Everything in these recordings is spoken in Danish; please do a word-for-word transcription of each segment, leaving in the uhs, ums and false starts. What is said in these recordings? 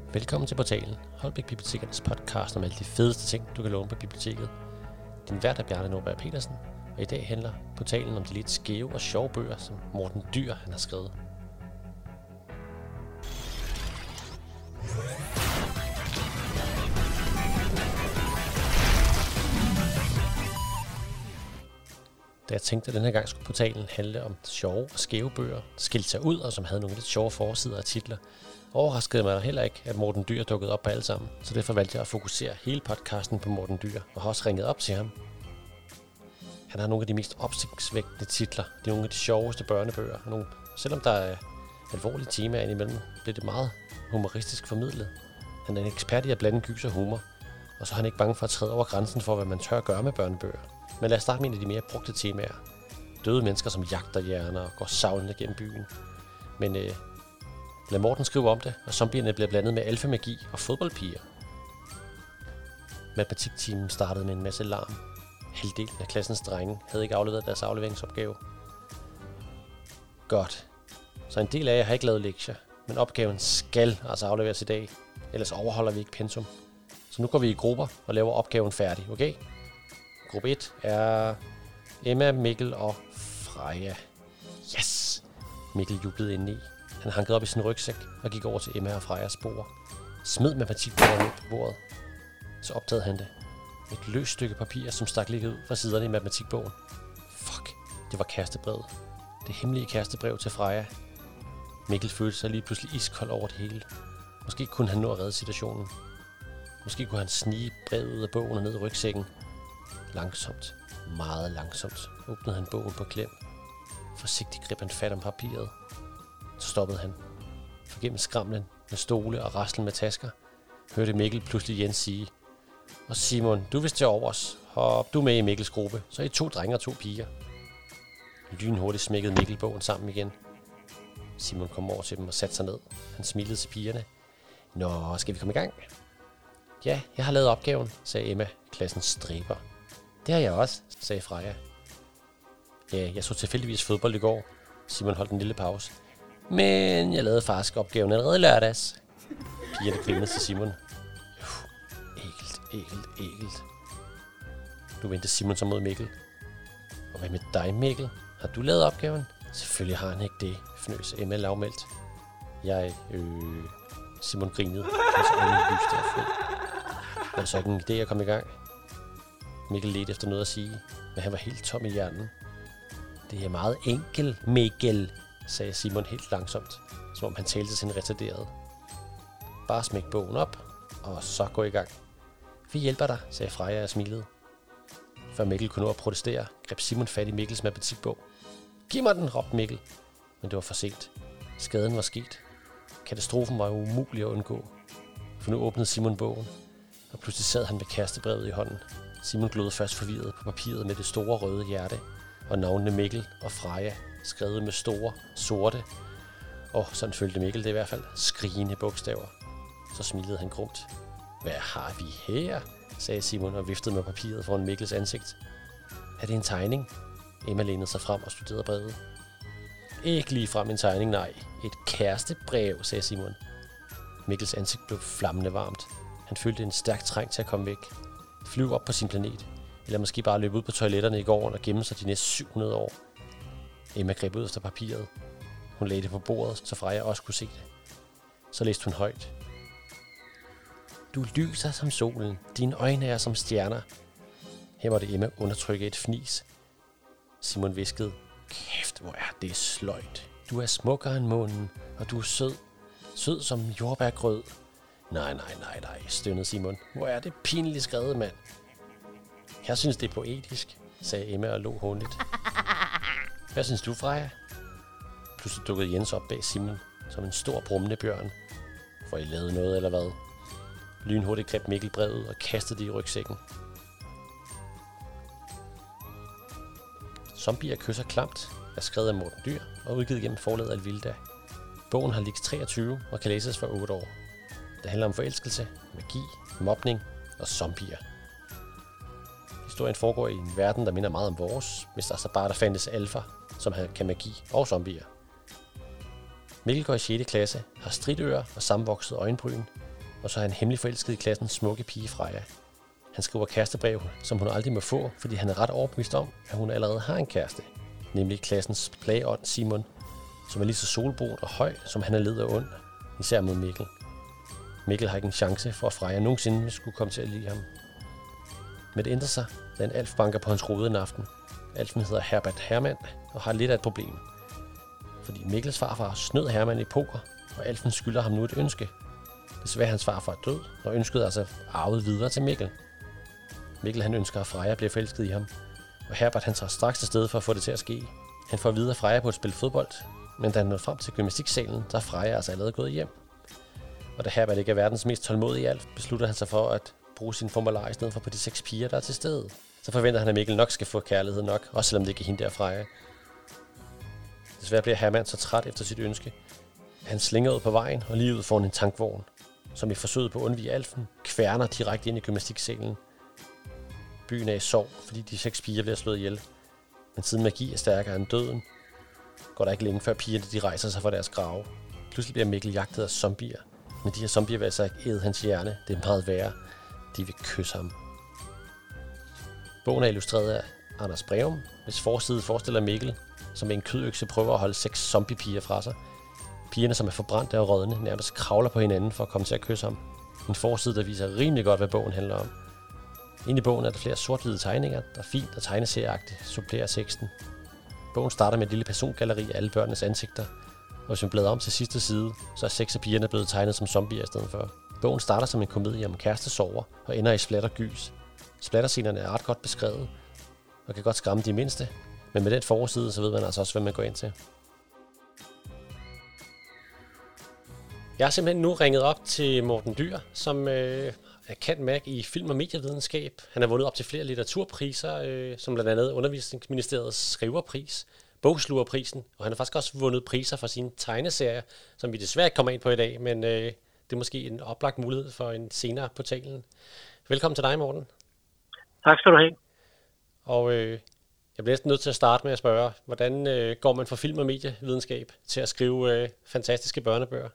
Velkommen til portalen, Holbæk Bibliotekernes podcast om alle de fedeste ting, du kan låne på biblioteket. Din vært er Bjarne Nordberg Petersen, og i dag handler portalen om de lidt skæve og sjove bøger, som Morten Dyr han har skrevet. Da jeg tænkte, at den her gang skulle portalen handle om sjove og skæve bøger, der skilte sig ud og som havde nogle lidt sjove forsider og titler, overraskede mig heller ikke, at Morten Dyr dukkede op på alle sammen, så derfor valgte jeg at fokusere hele podcasten på Morten Dyr, og har også ringet op til ham. Han har nogle af de mest opsigtsvækkende titler, det er nogle af de sjoveste børnebøger, og nogle, selvom der er alvorlige temaer indimellem, bliver det meget humoristisk formidlet. Han er en ekspert i at blande gys og humor, og så er han ikke bange for at træde over grænsen for, hvad man tør at gøre med børnebøger. Men lad os starte med en af de mere brugte temaer. Døde mennesker, som jagter hjerner og går savlende gennem byen. Men øh, lad Morten skrive om det, og zombierne bliver blandet med alfamagi og fodboldpiger. Matematiktimen startede med en masse larm. Halvdelen af klassens drenge havde ikke afleveret deres afleveringsopgave. Godt. Så en del af jer har ikke lavet lektier, men opgaven skal altså afleveres i dag, ellers overholder vi ikke pensum. Så nu går vi i grupper og laver opgaven færdig, okay? Gruppe et er Emma, Mikkel og Freja. Yes! Mikkel jublede indeni. Han hankede op i sin rygsæk og gik over til Emma og Frejas bord. Smed matematikbogen ned på bordet. Så opdagede han det. Et løst stykke papir, som stak lidt ud fra siderne i matematikbogen. Fuck, det var kærestebrevet. Det hemmelige kærestebrev til Freja. Mikkel følte sig lige pludselig iskold over det hele. Måske kunne han nå at redde situationen. Måske kunne han snige brevet ud af bogen og ned i rygsækken. Langsomt, meget langsomt, åbnede han bogen på klem. Forsigtigt greb han fat om papiret. Så stoppede han. For gennem skramlen med stole og raslen med tasker, hørte Mikkel pludselig Jens sige: "Og Simon, du vil til overs. Hop du med i Mikkels gruppe, så er I to drenge og to piger." Lynhurtigt smækkede Mikkel bogen sammen igen. Simon kom over til dem og satte sig ned. Han smilede til pigerne. "Nå, skal vi komme i gang?" "Ja, jeg har lavet opgaven," sagde Emma, klassens striber. "Det har jeg også," sagde Freja. "Ja, jeg så tilfældigvis fodbold i går." Simon holdt en lille pause. "Men jeg lavede faktisk opgaven allerede lørdags." Pigerne grinede til Simon. Ægelt, ægelt, ægelt. Nu vendte Simon sig mod Mikkel. "Og hvad med dig, Mikkel? Har du lavet opgaven?" "Selvfølgelig har han ikke det," fnøs Emma lavmældt. Jeg, øh... Simon grinede. Hans øjne lyste af fryd. "Var det så ikke en idé at komme i gang?" Mikkel ledte efter noget at sige, men han var helt tom i hjernen. "Det er meget enkelt, Mikkel," sagde Simon helt langsomt, som om han talte til sin retarderede. "Bare smæk bogen op, og så gå i gang." "Vi hjælper dig," sagde Freja og smilede. Før Mikkel kunne nå at protestere, greb Simon fat i Mikkels matematikbog. "Giv mig den," råbte Mikkel. Men det var for sent. Skaden var sket. Katastrofen var umulig at undgå. For nu åbnede Simon bogen, og pludselig sad han med kærestebrevet i hånden. Simon glodede først forvirret på papiret med det store røde hjerte, og navnene Mikkel og Freja skrevet med store, sorte, og sådan følte Mikkel det i hvert fald, skrigende bogstaver. Så smilede han grumt. "Hvad har vi her?" sagde Simon og viftede med papiret foran Mikkels ansigt. "Er det en tegning?" Emma lænede sig frem og studerede brevet. "Ikke lige frem en tegning, nej. Et kærestebrev," sagde Simon. Mikkels ansigt blev flammende varmt. Han følte en stærk træng til at komme væk. Flyve op på sin planet, eller måske bare løbe ud på toiletterne i gården og gemme sig de næste syv hundrede år. Emma greb ud efter papiret. Hun lagde det på bordet, så Freja også kunne se det. Så læste hun højt. "Du lyser som solen. Dine øjne er som stjerner." Her måtte Emma undertrykke et fnis. Simon viskede: "Kæft, hvor er det sløjt. Du er smukkere end månen, og du er sød. Sød som jordbærgrød." "Nej, nej, nej, nej," stønnede Simon. "Hvor er det pinligt skrevet, mand." "Jeg synes, det er poetisk," sagde Emma og lå hånligt. "Hvad synes du, Freja?" Pludselig dukkede Jens op bag Simon, som en stor brummende bjørn. "For I lavede noget, eller hvad?" Lynhurtigt greb Mikkel brevet og kastede det i rygsækken. Zombier kysser klamt er skrevet af Morten Dyr og udgivet gennem forlaget Alvilda. Bogen har ligget treogtyve og kan læses for otte år. Det handler om forelskelse, magi, mobning og zombier. Historien foregår i en verden, der minder meget om vores, hvis der så bare der fandtes alfa, som kan magi og zombier. Mikkel går i sjette klasse, har stridører og sammenvoksede øjenbryn, Og så er han hemmelig forelsket i klassens smukke pige Freja. Han skriver kærestebrev, som hun aldrig må få, fordi han er ret overbevist om, at hun allerede har en kæreste. Nemlig klassens plageånd Simon, som er lige så solbrun og høj, som han er led og ond, især mod Mikkel. Mikkel har ikke en chance for, at Freja nogensinde skulle komme til at lide ham. Men det ændrer sig, da en Alf banker på hans rode en aften. Alfen hedder Herbert Hermann og har lidt af et problem. Fordi Mikkels farfar snød Hermann i poker, og Alfen skylder ham nu et ønske. Desværre hans farfar er død, og ønsket er altså arvet videre til Mikkel. Mikkel han ønsker, at Freja bliver forelsket i ham, og Herbert han tager straks til stede for at få det til at ske. Han får videre Freja på at spille fodbold, men da han når frem til gymnastiksalen, der er Freja altså allerede gået hjem. Og da Herbert ikke er verdens mest tålmodige Alf, beslutter han sig for at bruge sin formular i stedet for på de seks piger, der er til stede. Så forventer han, at Mikkel nok skal få kærlighed nok, også selvom det ikke er hende der Freja. Desværre bliver Hermann så træt efter sit ønske, at han slinger ud på vejen og lige ud foran en tankvogn, som i forsøget på at undvige Alfen, kværner direkte ind i gymnastiksalen. Byen er i sorg, fordi de seks piger bliver slået ihjel. Men siden magi er stærkere end døden, går der ikke længe før pigerne de rejser sig fra deres grave. Pludselig bliver Mikkel jagtet af zombier. Men de her zombier vil altså ikke æde hans hjerne. Det er meget værre. De vil kysse ham. Bogen er illustreret af Anders Breum, hvis forside forestiller Mikkel, som med en kødøkse prøver at holde seks zombiepiger fra sig. Pigerne, som er forbrændte og rådne, nærmest kravler på hinanden for at komme til at kysse ham. En forside, der viser rimelig godt, hvad bogen handler om. Inde i bogen er der flere sort-hvide tegninger, der fint og tegneserieagtigt supplerer teksten. Bogen starter med et lille persongalleri af alle børnenes ansigter, og hvis vi bladrer om til sidste side, så er seks af pigerne blevet tegnet som zombier i stedet for. Bogen starter som en komedie om kærestesorger og ender i splattergys. Splatterscenerne er ret godt beskrevet og kan godt skræmme de mindste, men med den forside, så ved man altså også, hvad man går ind til. Jeg har simpelthen nu ringet op til Morten Dyhr, som øh, er kendt mærke i film- og medievidenskab. Han har vundet op til flere litteraturpriser, øh, som blandt andet Undervisningsministeriets skriverpris, Bogslugerprisen, og han har faktisk også vundet priser for sine tegneserier, som vi desværre ikke kommer ind på i dag, men øh, det er måske en oplagt mulighed for en senere på talen. Velkommen til dig, Morten. Tak skal du have. Og øh, jeg bliver næsten nødt til at starte med at spørge, hvordan øh, går man fra film- og medievidenskab til at skrive øh, fantastiske børnebøger?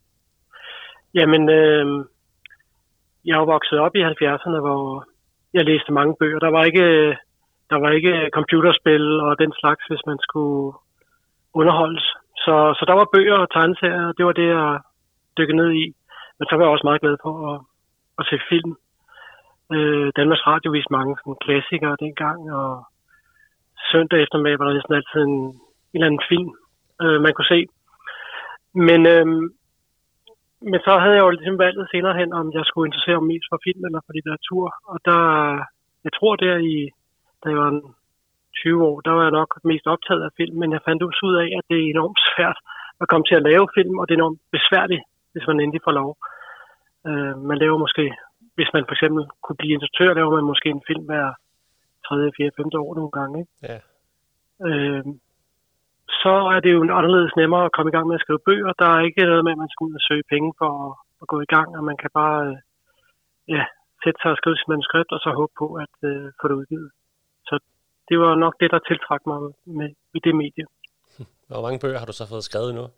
Jamen, øh, jeg er vokset op i halvfjerdserne, hvor jeg læste mange bøger. Der var ikke, der var ikke computerspil og den slags, hvis man skulle underholdes. Så, så der var bøger og tegneserier, og det var det, jeg dykkede ned i. Men så var jeg også meget glad for at, at se film. Øh, Danmarks Radio viste mange sådan, klassikere dengang, og søndag eftermiddag var der næsten altid en, en eller anden film, øh, man kunne se. Men, øh, men så havde jeg jo ligesom valget senere hen, om jeg skulle interessere mig mest for film eller for litteratur. Og der, jeg tror der i, da jeg var tyve år, der var jeg nok mest optaget af film, men jeg fandt også ud af, at det er enormt svært at komme til at lave film, og det er enormt besværligt, hvis man endelig får lov. Øh, man laver måske, hvis man for eksempel kunne blive instruktør, laver man måske en film hver tredje, fjerde, femte år nogle gange. Ikke? Ja. Øh, så er det jo anderledes nemmere at komme i gang med at skrive bøger. Der er ikke noget med, at man skal ud og søge penge for at, at gå i gang, og man kan bare øh, ja, sætte sig og skrive sit manuskript, og så håbe på at øh, få det udgivet. Så det var nok det, der tiltrak mig med, med det medie. Hvor mange bøger har du så fået skrevet nu?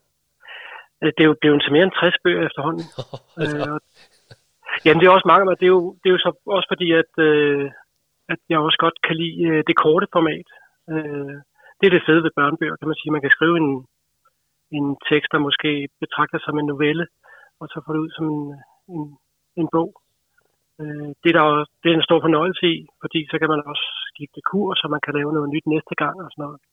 Det er jo blevet til mere end tres bøger efterhånden. øh, og, jamen det er også mange, men det er jo, det er jo så også fordi, at, øh, at jeg også godt kan lide øh, det korte format. Øh, det er det fede ved børnebøger, kan man sige. Man kan skrive en, en tekst, der måske betragter som en novelle, og så få det ud som en, en, en bog. Øh, det, er der, det er en stor fornøjelse i, fordi så kan man også skifte kurs, så man kan lave noget nyt næste gang og sådan noget.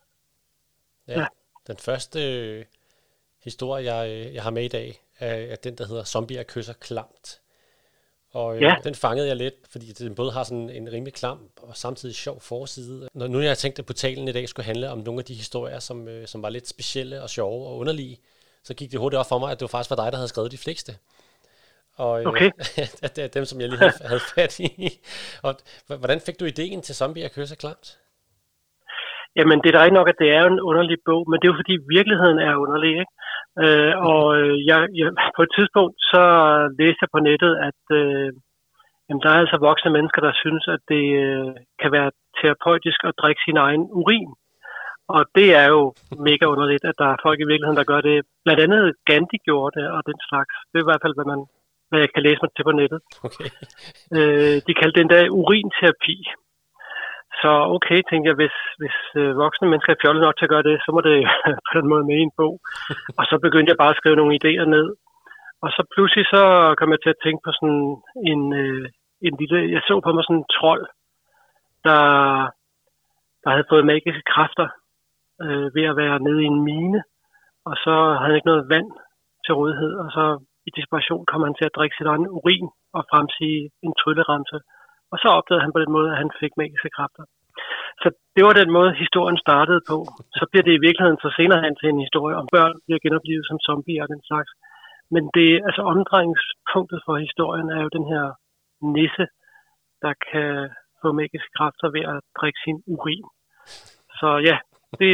Ja, ja. Den første øh, historie, jeg, jeg har med i dag, er, er den, der hedder Zombier kysser klamt. Og øh, ja. Den fangede jeg lidt, fordi den både har sådan en rimelig klam og samtidig sjov forside. Når nu jeg tænkte, at portalen i dag skulle handle om nogle af de historier, som, øh, som var lidt specielle og sjove og underlige, så gik det hurtigt op for mig, at det var faktisk var dig, der havde skrevet de fleste. Og øh, okay. Det er dem, som jeg lige havde, havde fat i. Og hvordan fik du ideen til Zombier kysser klamt? Jamen, det er da ikke nok, at det er en underlig bog, men det er jo fordi virkeligheden er underlig, ikke? Øh, og jeg, jeg, på et tidspunkt, så læste jeg på nettet, at øh, jamen, der er altså voksne mennesker, der synes, at det øh, kan være terapeutisk at drikke sin egen urin. Og det er jo mega underligt, at der er folk i virkeligheden, der gør det. Blandt andet Gandhi gjorde det, og den slags. Det er i hvert fald, hvad man hvad jeg kan læse mig til på nettet. Okay. Øh, de kaldte den der urinterapi. Så okay, tænkte jeg, hvis, hvis øh, voksne mennesker er fjollet nok til at gøre det, så må det på den måde med i en bog. Og så begyndte jeg bare at skrive nogle idéer ned. Og så pludselig så kom jeg til at tænke på sådan en, øh, en lille... Jeg så på mig sådan en trold, der, der havde fået magiske kræfter øh, ved at være nede i en mine. Og så havde han ikke noget vand til rådighed. Og så i desperation kom han til at drikke sit egen urin og fremsige en trylleramse. Og så opdagede han på den måde, at han fik magiske kræfter. Så det var den måde, historien startede på. Så bliver det i virkeligheden så senere hen til en historie om børn, bliver genoplevet som zombier og den slags. Men det, altså omdrejningspunktet for historien er jo den her nisse, der kan få magiske kræfter ved at drikke sin urin. Så ja, det,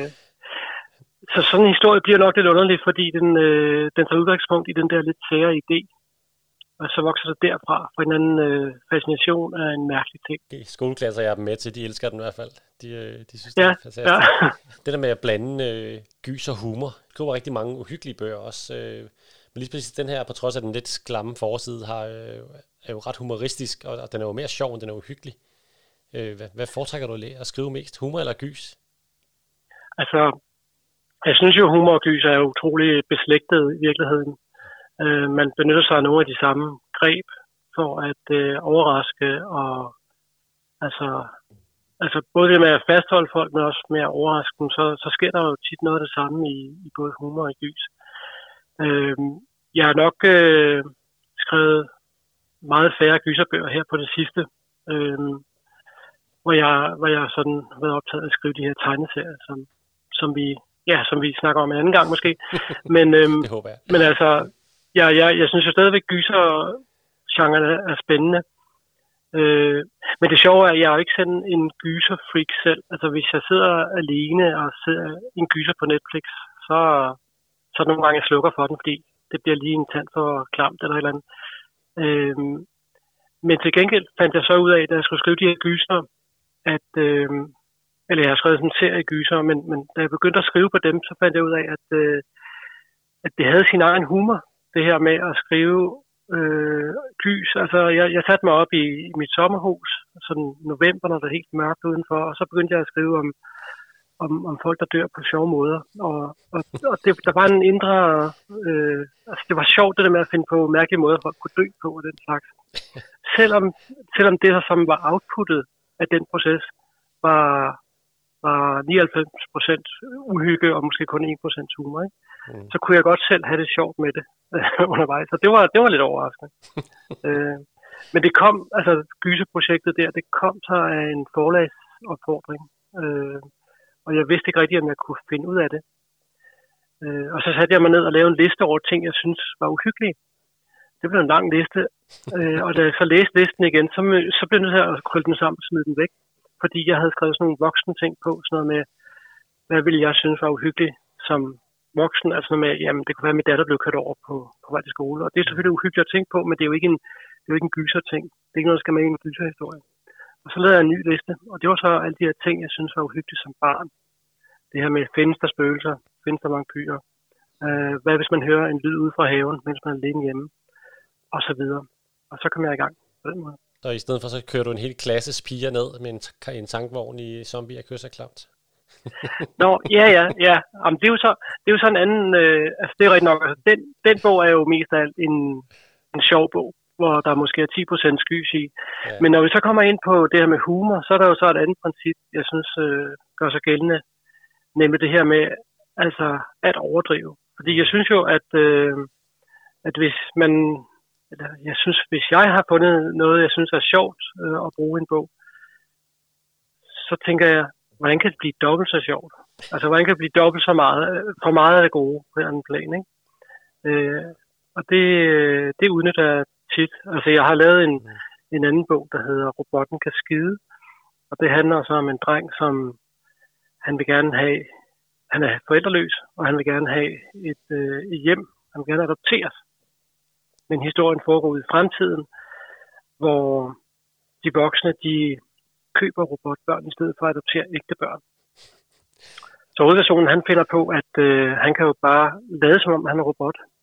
så sådan en historie bliver nok lidt underlig, fordi den, øh, den tager udgangspunkt i den der lidt sære idé. Og så vokser det derfra, for en anden øh, fascination af en mærkelig ting. De skoleklasser, jeg er med til, de elsker den i hvert fald. De, øh, de synes, det ja, er fantastisk. Ja. Det der med at blande øh, gys og humor. Det kommer rigtig mange uhyggelige bøger også. Øh, men lige præcis den her, på trods af den lidt klamme forside, har, øh, er jo ret humoristisk, og, og den er jo mere sjov, end den er uhyggelig. Øh, hvad, hvad foretrækker du at skrive mest? Humor eller gys? Altså, jeg synes jo, humor og gys er utrolig beslægtet i virkeligheden. Uh, man benytter sig af nogle af de samme greb for at uh, overraske og altså, altså både det med at fastholde folk, men også med at overraske dem, så, så sker der jo tit noget af det samme i, i både humor og gys. Uh, jeg har nok uh, skrevet meget færre gyserbøger her på det sidste, uh, hvor jeg, hvor jeg sådan har været optaget af at skrive de her tegneserier, som, som vi ja, som vi snakker om en anden gang måske. Men, øhm, det håber jeg. Men altså, ja, ja, jeg synes jo stadigvæk, gyser-genren er spændende. Øh, men det sjove er, at jeg er jo ikke sådan en gyser-freak selv. Altså, hvis jeg sidder alene og ser en gyser på Netflix, så, så er det nogle gange, jeg slukker for den, fordi det bliver lige en tand for klamt eller et eller andet. Øh, men til gengæld fandt jeg så ud af, da jeg skulle skrive de her gyser, at... Øh, eller jeg har skrevet sådan en serie gyser, men, men da jeg begyndte at skrive på dem, så fandt jeg ud af, at, øh, at det havde sin egen humor, det her med at skrive øh, gys. Altså, jeg, jeg satte mig op i, i mit sommerhus, sådan november, når det er helt mørkt udenfor, og så begyndte jeg at skrive om, om, om folk, der dør på sjove måder. Og, og, og det, der var en indre... Øh, altså, det var sjovt, det der med at finde på mærkelige måder, folk kunne dø på og den slags. Selvom, selvom det, der som var outputtet af den proces, var... var nioghalvfems procent uhygge og måske kun en procent humor, ikke? Mm. Så kunne jeg godt selv have det sjovt med det undervejs. Så det var, det var lidt overraskende. øh, men det kom, altså gyseprojektet der, det kom så af en forlagsopfordring. Øh, og jeg vidste ikke rigtigt, om jeg kunne finde ud af det. Øh, og så satte jeg mig ned og lavede en liste over ting, jeg synes var uhyggelige. Det blev en lang liste. øh, og da jeg så læste listen igen, så, så blev jeg nødt til at krølle den sammen og smide den væk. Fordi jeg havde skrevet sådan nogle voksne ting på, sådan noget med, hvad ville jeg synes var uhyggeligt som voksen, altså noget med, jamen det kunne være, at min datter blev kørt over på, på vej til skole, og det er selvfølgelig uhyggeligt at tænke på, men det er jo ikke en, det er jo ikke en gyser-ting. Det er ikke noget, der skal med i en gyserhistorie. Og så lavede jeg en ny liste, og det var så alle de her ting, jeg synes var uhyggeligt som barn. Det her med, findes der spøgelser, findes der vampyrer, øh, hvad hvis man hører en lyd ude fra haven, mens man er alene hjemme, og så videre. Og så kom jeg i gang på den måde. Og i stedet for, så kører du en hel klasse piger ned med en, en tankvogn i Zombie og kysser klamt. Nå, ja, ja, ja. Jamen, det er jo så, det er jo sådan en anden, øh, altså det er rigtig nok, altså, den, den bog er jo mest af alt en, en sjov bog, hvor der måske er ti procent skys i. Ja. Men når vi så kommer ind på det her med humor, så er der jo så et andet princip, jeg synes øh, gør sig gældende, nemlig det her med, altså, at overdrive. Fordi jeg synes jo, at, øh, at hvis man... Jeg synes, hvis jeg har fundet noget, jeg synes er sjovt øh, at bruge en bog, så tænker jeg, hvordan kan det blive dobbelt så sjovt? Altså, hvordan kan det blive dobbelt så meget, for meget af det gode på en anden plan, ikke? Øh, og det, det udnytter jeg tit. Altså, jeg har lavet en, en anden bog, der hedder Robotten kan skide, og det handler så om en dreng, som han vil gerne have, han er forældreløs, og han vil gerne have et, øh, et hjem, han vil gerne adopteres. Men historien foregår ud i fremtiden, hvor de voksne, de køber robotbørn i stedet for at adoptere ægte børn. Så hovedpersonen, han finder på, at øh, han kan jo bare lade som om, han er robot.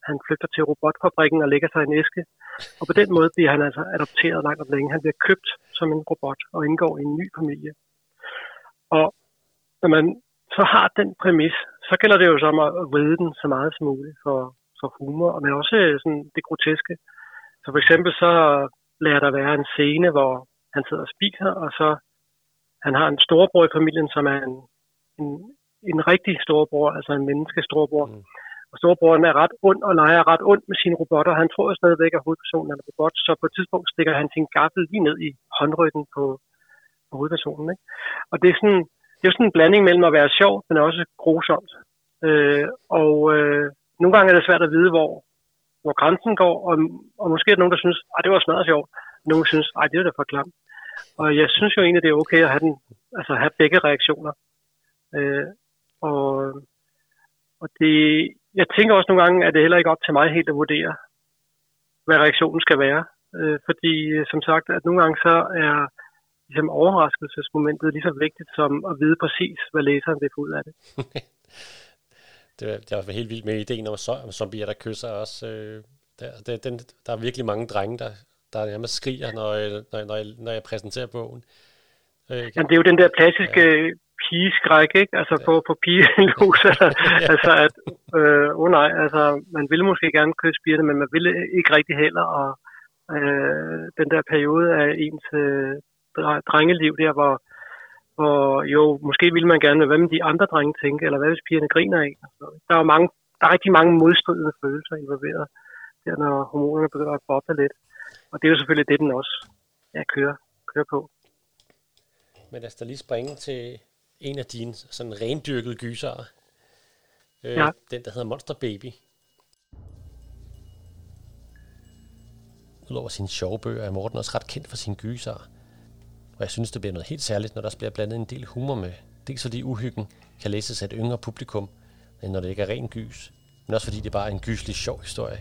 han flygter til robotfabrikken og lægger sig i en æske. Og på den måde bliver han altså adopteret langt om længe. Han bliver købt som en robot og indgår i en ny familie. Og når man så har den præmis, så gælder det jo som at vride den så meget som muligt for, for humor, men også sådan det groteske. Så for eksempel så lader der være en scene, hvor han sidder og spiser, og så han har en storebror i familien, som er en, en, en rigtig storebror, altså en menneskestorebror. Mm. Og storebroren er ret ond og leger ret ondt med sine robotter. Han tror jo stadigvæk, at hovedpersonen er en robot, så på et tidspunkt stikker han sin gaffel lige ned i håndryggen på, på hovedpersonen. Ikke? Og det er, sådan, det er jo sådan en blanding mellem at være sjov, men også grusomt. Øh, og øh, nogle gange er det svært at vide, hvor, hvor grænsen går, og, og måske er der nogen, der synes, at det var smadret sjovt. Nogle synes, at det er da for klamt. Og jeg synes jo egentlig, det er okay at have, den, altså have begge reaktioner. Øh, og, og det, jeg tænker også nogle gange, at det heller ikke op til mig helt at vurdere, hvad reaktionen skal være. Øh, fordi som sagt, at nogle gange så er ligesom overraskelsesmomentet lige så vigtigt som at vide præcis, hvad læseren vil få ud af det. det, det er helt vildt med ideen om, om zombier, der kysser også. Øh, der, der, den, der er virkelig mange drenge, der, der nærmest skriger, når, når, når, jeg, når jeg præsenterer bogen. Øh, Jamen, det er jo den der klassiske ja. pigeskræk, ikke? Altså ja. på, på pigelus. ja. Altså at, øh, oh nej, altså man ville måske gerne kysse pigerne, men man ville ikke rigtig heller. Og øh, den der periode af ens øh, drengeliv der, hvor, hvor jo, måske ville man gerne, hvad med de andre drenge tænke, eller hvad hvis pigerne griner af. Altså, der er jo mange, der er rigtig mange modstridende følelser involveret, der når hormonerne begynder at boble lidt. Og det er jo selvfølgelig det, den også ja, kører, kører på. Men lad os da lige springe til en af dine sådan rendyrkede gyser. Øh, ja. Den, der hedder Monster Baby. Udover sine sjove bøger er Morten også ret kendt for sine gyser. Og jeg synes, det bliver noget helt særligt, når der bliver blandet en del humor med. Dels fordi uhyggen kan læses af et yngre publikum, end når det ikke er ren gys. Men også fordi det bare er en gyselig sjov historie.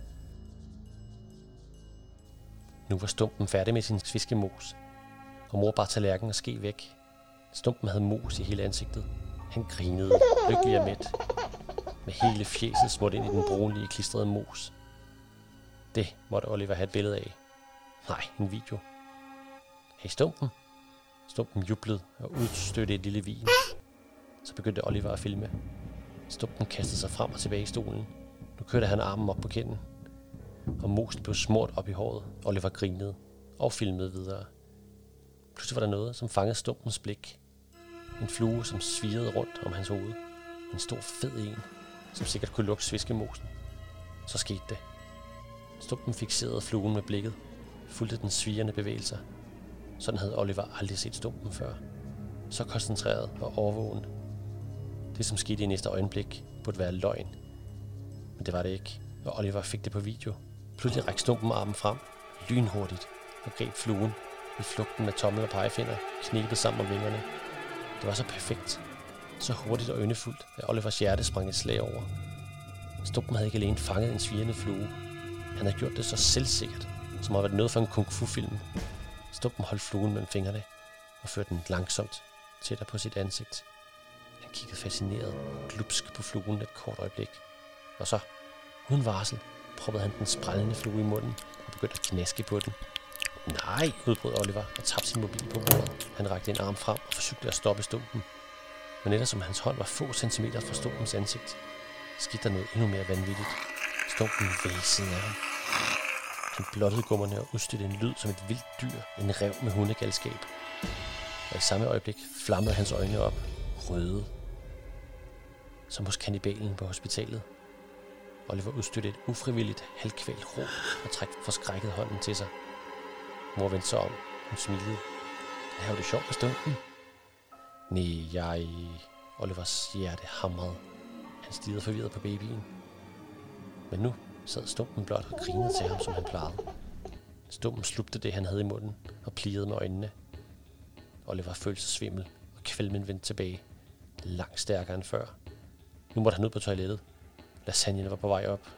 Nu var Stumpen færdig med sin fiskemos, og mor bar tallerken og ske væk. Stumpen havde mos i hele ansigtet. Han grinede, lykkelig og mæt, med hele fjeset smurt ind i den brunlige, klistrede mos. Det måtte Oliver have et billede af. Nej, en video. Hey Stumpen. Stumpen jublede og udstødte et lille vin. Så begyndte Oliver at filme. Stumpen kastede sig frem og tilbage i stolen. Nu kørte han armen op på kinden, og mosen blev smurt op i håret. Oliver grinede og filmede videre. Pludselig var der noget, som fangede Stumpens blik. En flue, som svirrede rundt om hans hoved. En stor fed en, som sikkert kunne lukke sviskemosen. Så skete det. Stumpen fikserede fluen med blikket, fulgte den svirrende bevægelser. Sådan havde Oliver aldrig set Stumpen før. Så koncentreret og overvågen. Det, som skete i næste øjeblik, burde være løgn. Men det var det ikke, og Oliver fik det på video. Pludselig rækte Stumpen armen frem, lynhurtigt, og greb fluen i flugten med tommel og pegefinger, knebet sammen om vingerne. Det var så perfekt, så hurtigt og yndefuldt, at Olivers hjerte sprang et slag over. Stumpen havde ikke alene fanget en svirrende flue. Han havde gjort det så selvsikkert, som at være noget for en kung fu-film. Stumpen holdt fluen mellem fingrene og førte den langsomt tættere på sit ansigt. Han kiggede fascineret glupsk på fluen et kort øjeblik. Og så, uden varsel, proppede han den sprællende flue i munden og begyndte at knaske på den. Nej, udbrød Oliver og tabte sin mobil på bordet. Han rakte en arm frem og forsøgte at stoppe Stumpen. Men eftersom hans hånd var få centimeter fra Stumpens ansigt, skete der noget endnu mere vanvittigt. Stumpen væsede af ham. Han blottede gummerne og udstødte en lyd som et vildt dyr, en ræv med hundegalskab. Og i samme øjeblik flammede hans øjne op, røde, som hos kannibalen på hospitalet. Oliver udstødte et ufrivilligt, halvkvælt råb og trak forskrækket hånden til sig. Mor vendte sig om. Hun smilede. Er det sjovt med Stumpen? Nej, jeg... Olivers hjerte hamrede. Han stirrede forvirret på babyen. Men nu sad Stumpen blot og grinede til ham, som han plejede. Stumpen slugte det, han havde i munden, og pliede med øjnene. Oliver følte sig svimmel, og kvalmen vendte tilbage. Langt stærkere end før. Nu måtte han ud på toilettet. Lasagnen var på vej op.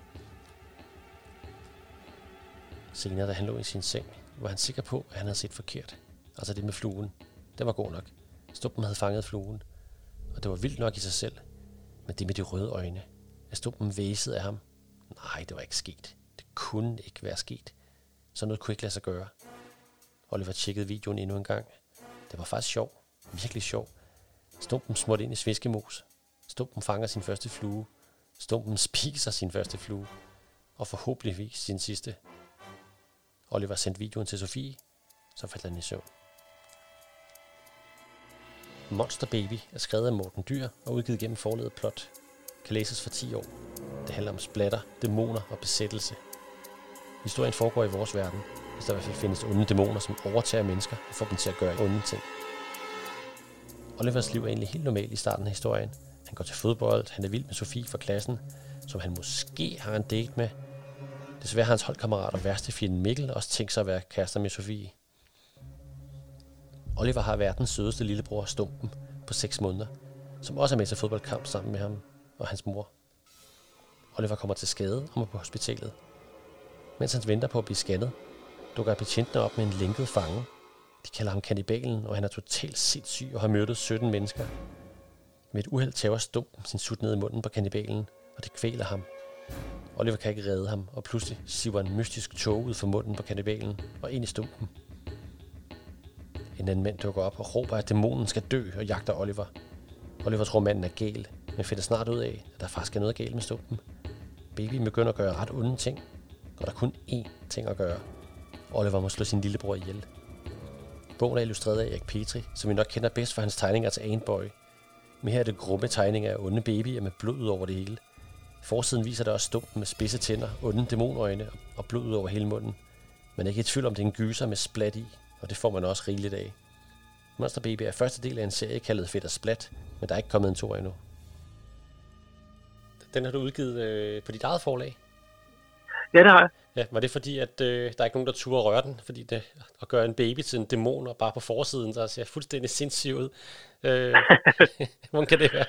Senere, da han lå i sin seng, var han sikker på, at han havde set forkert. Altså det med fluen. Det var god nok. Stumpen havde fanget fluen. Og det var vildt nok i sig selv. Men det med de røde øjne. At Stumpen væsede af ham. Nej, det var ikke sket. Det kunne ikke være sket. Så noget kunne ikke lade sig gøre. Oliver tjekkede videoen endnu en gang. Det var faktisk sjov. Virkelig sjov. Stumpen smurt ind i sviskemos. Stumpen fanger sin første flue. Stumpen spiser sin første flue. Og forhåbentligvis sin sidste. Oliver sendte videoen til Sofie. Så faldt han i søvn. Monster Baby er skrevet af Morten Dyr og udgivet gennem forlaget Plot. Kan læses for ti år. Det handler om splatter, dæmoner og besættelse. Historien foregår i vores verden, hvis der i hvert fald findes onde dæmoner, som overtager mennesker og får dem til at gøre onde ting. Olivers liv er egentlig helt normalt i starten af historien. Han går til fodbold, han er vild med Sofie fra klassen, som han måske har en date med. Desværre har hans holdkammerat og værste fjende Mikkel også tænkt sig at være kærester med Sofie. Oliver har verdens sødeste lillebror Stumpen på seks måneder, som også er med til fodboldkamp sammen med ham og hans mor. Oliver kommer til skade og må på hospitalet. Mens han venter på at blive scannet, dukker betjentene op med en lænket fange. De kalder ham kannibalen, og han er totalt sindssyg og har myrdet sytten mennesker. Med et uheld tager Stumpen sin sut ned i munden på kannibalen, og det kvæler ham. Oliver kan ikke redde ham, og pludselig siver en mystisk tåge ud fra munden på kannibalen og ind i Stumpen. En anden mand dukker op og råber, at dæmonen skal dø og jagter Oliver. Oliver tror, manden er gal, men finder snart ud af, at der faktisk er noget galt med Stumpen. Babyen begynder at gøre ret onde ting, og der er kun én ting at gøre. Oliver må slå sin lillebror ihjel. Bogen er illustreret af Erik Petri, som vi nok kender bedst for hans tegninger til Antboy. Men her er det grumme tegninger af onde babyer med blod ud over det hele. Forsiden viser der også Stumpen med spidse tænder, onde dæmonøjne og blod ud over hele munden. Man er ikke i tvivl om, det er en gyser med splat i, og det får man også rigeligt af. Monster Baby er første del af en serie kaldet Fedt og Splat, men der er ikke kommet en toer endnu. Den har du udgivet øh, på dit eget forlag? Ja, det har jeg. Ja, var det fordi, at øh, der er ikke nogen, der turde røre den? Fordi det, at gøre en baby til en dæmon, og bare på forsiden, der ser fuldstændig sindssygt ud. Øh, hvordan kan det være?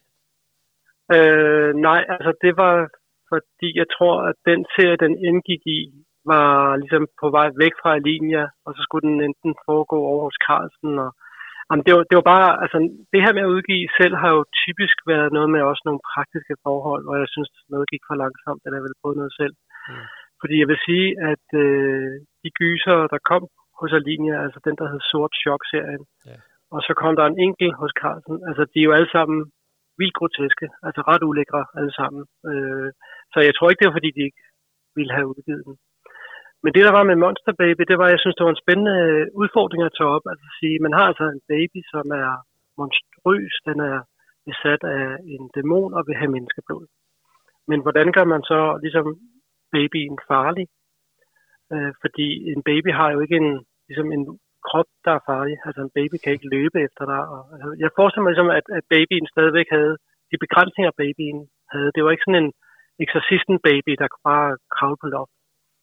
Øh, nej, altså det var fordi, jeg tror, at den serie, den indgik i, var ligesom på vej væk fra Alinia, og så skulle den enten foregå over hos Carlsen. Og, jamen, det, var, det var bare, altså det her med at udgive selv har jo typisk været noget med også nogle praktiske forhold, hvor jeg synes, noget gik for langsomt, eller jeg ville prøve noget selv. Mm. Fordi jeg vil sige, at øh, de gyser, der kom hos Alinia, altså den, der hed Sort Chok-serien, yeah. Og så kom der en enkelt hos Carlsen, altså de er jo alle sammen vildt groteske, altså ret ulækre alle sammen. Øh, så jeg tror ikke, det var fordi, de ikke ville have udgivet den. Men det, der var med Monster Baby, det var, jeg synes, det var en spændende udfordring at tage op. Altså at sige, man har altså en baby, som er monstrøs, den er besat af en dæmon og vil have menneskeblod. Men hvordan gør man så ligesom babyen farlig? Øh, fordi en baby har jo ikke en, ligesom en krop, der er farlig. Altså en baby kan ikke løbe efter dig. Og, altså, jeg forestiller mig ligesom, at, at babyen stadigvæk havde de begrænsninger, babyen havde. Det var ikke sådan en Exorcisten baby, der bare kravlede på loft.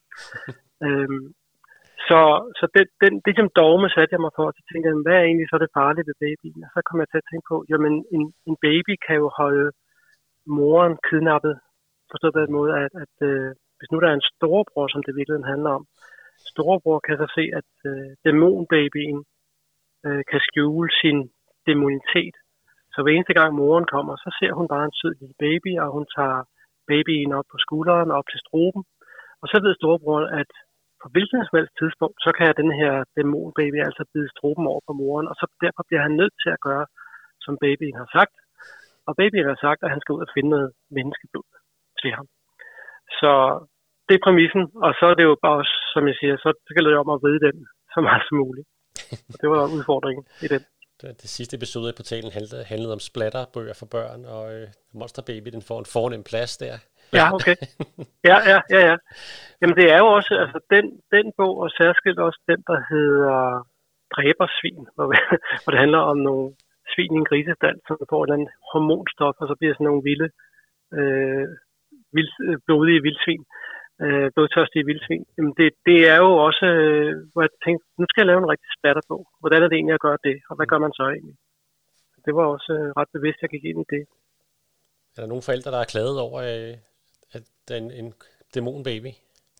øhm, så så det, den, det som dogme satte jeg mig for, så tænkte jeg, hvad er egentlig så det farlige ved babyen? Og så kom jeg til at tænke på, jamen en, en baby kan jo holde moren kidnappet, forstået på den måde, at, at øh, hvis nu der er en storebror, som det virkelig handler om, storebror kan så se, at øh, dæmonbabyen øh, kan skjule sin dæmonitet. Så hver eneste gang moren kommer, så ser hun bare en sød lille baby, og hun tager babyen op på skulderen, op til struben. Og så ved storebroren, at på hvilket som helst tidspunkt, så kan den her dæmonbaby altså bide struben over på moren, og så derfor bliver han nødt til at gøre, som babyen har sagt. Og babyen har sagt, at han skal ud og finde noget menneskeblod til ham. Så det er præmissen, og så er det jo bare også, som jeg siger, så gælder det om at vride den så meget som muligt. Og det var udfordringen i den. Det sidste episode i portalen handlede, handlede om splatterbøger for børn, og øh, Monster Baby, den får en fornem plads der. Ja, okay. Ja, ja, ja, ja. Jamen det er jo også, altså den, den bog, og særskilt også den, der hedder Dræbersvin, hvor, hvor det handler om nogle svin i en grisestald, som får et eller andet hormonstof, og så bliver sådan nogle vilde, øh, vild, blodige vildsvin, øh, blodtørstige vildsvin. Jamen det, det er jo også, øh, hvor jeg tænkte, nu skal jeg lave en rigtig splatterbog. Hvordan er det egentlig at gøre det, og hvad gør man så egentlig? Det var også øh, ret bevidst, jeg gik ind i det. Er der nogle forældre, der er klaget over, øh, at der er en, en dæmonbaby?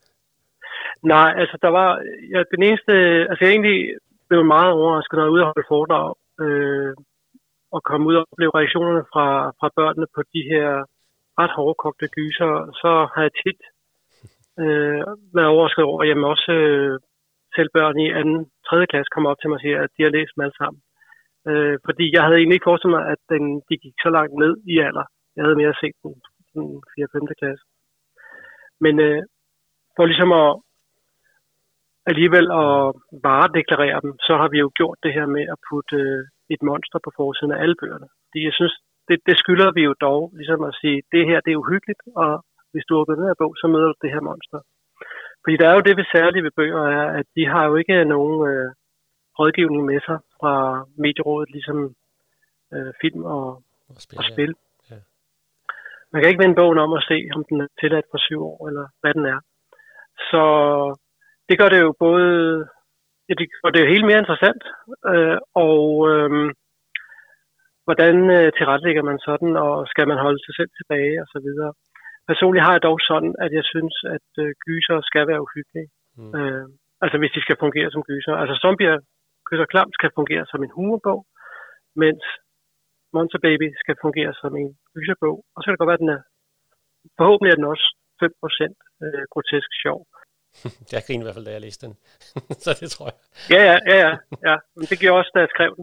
Nej, altså der var, ja, den eneste, altså jeg egentlig blev meget overrasket, når jeg ude og holde foredrag, øh, og komme ud og opleve reaktionerne fra, fra børnene på de her ret hårdkogte gyser, så har jeg tit øh, været overrasket over, at jamen også øh, selv børn i anden, tredje klasse kommer op til mig og siger, at de har læst dem alle sammen. Øh, fordi jeg havde egentlig ikke forestillet mig, at den, de gik så langt ned i alder. Jeg havde mere set den i fjerde femte klasse. Men øh, for ligesom at alligevel at varedeklarere dem, så har vi jo gjort det her med at putte øh, et monster på forsiden af alle bøgerne. Fordi jeg synes, det, det skylder vi jo dog, ligesom at sige, det her det er uhyggeligt, og hvis du åbner den her bog, så møder du det her monster. Fordi der er jo det ved særligt ved bøger, er, at de har jo ikke nogen øh, rådgivning med sig fra medierådet, ligesom øh, film og, og spil. Og spil. Ja. Man kan ikke vende bogen om og se, om den er tilladt for syv år, eller hvad den er. Så det gør det jo både, ja, det gør det jo helt mere interessant, øh, og øh, hvordan øh, tilrettelægger man sådan, og skal man holde sig selv tilbage, og så videre. Personligt har jeg dog sådan, at jeg synes, at øh, gyser skal være uhyggelige. Mm. Øh, altså hvis de skal fungere som gyser. Altså Zombier, Kys og Klam skal fungere som en humorbog, mens Monster Baby skal fungere som en gyserbog. Og så kan det godt være, at den er, forhåbentlig er den også fem procent øh, grotesk sjov. Jeg griner i hvert fald, da jeg læste den. Så det tror jeg. Ja, ja, ja, ja. ja. Men det gjorde også, da jeg skrev den.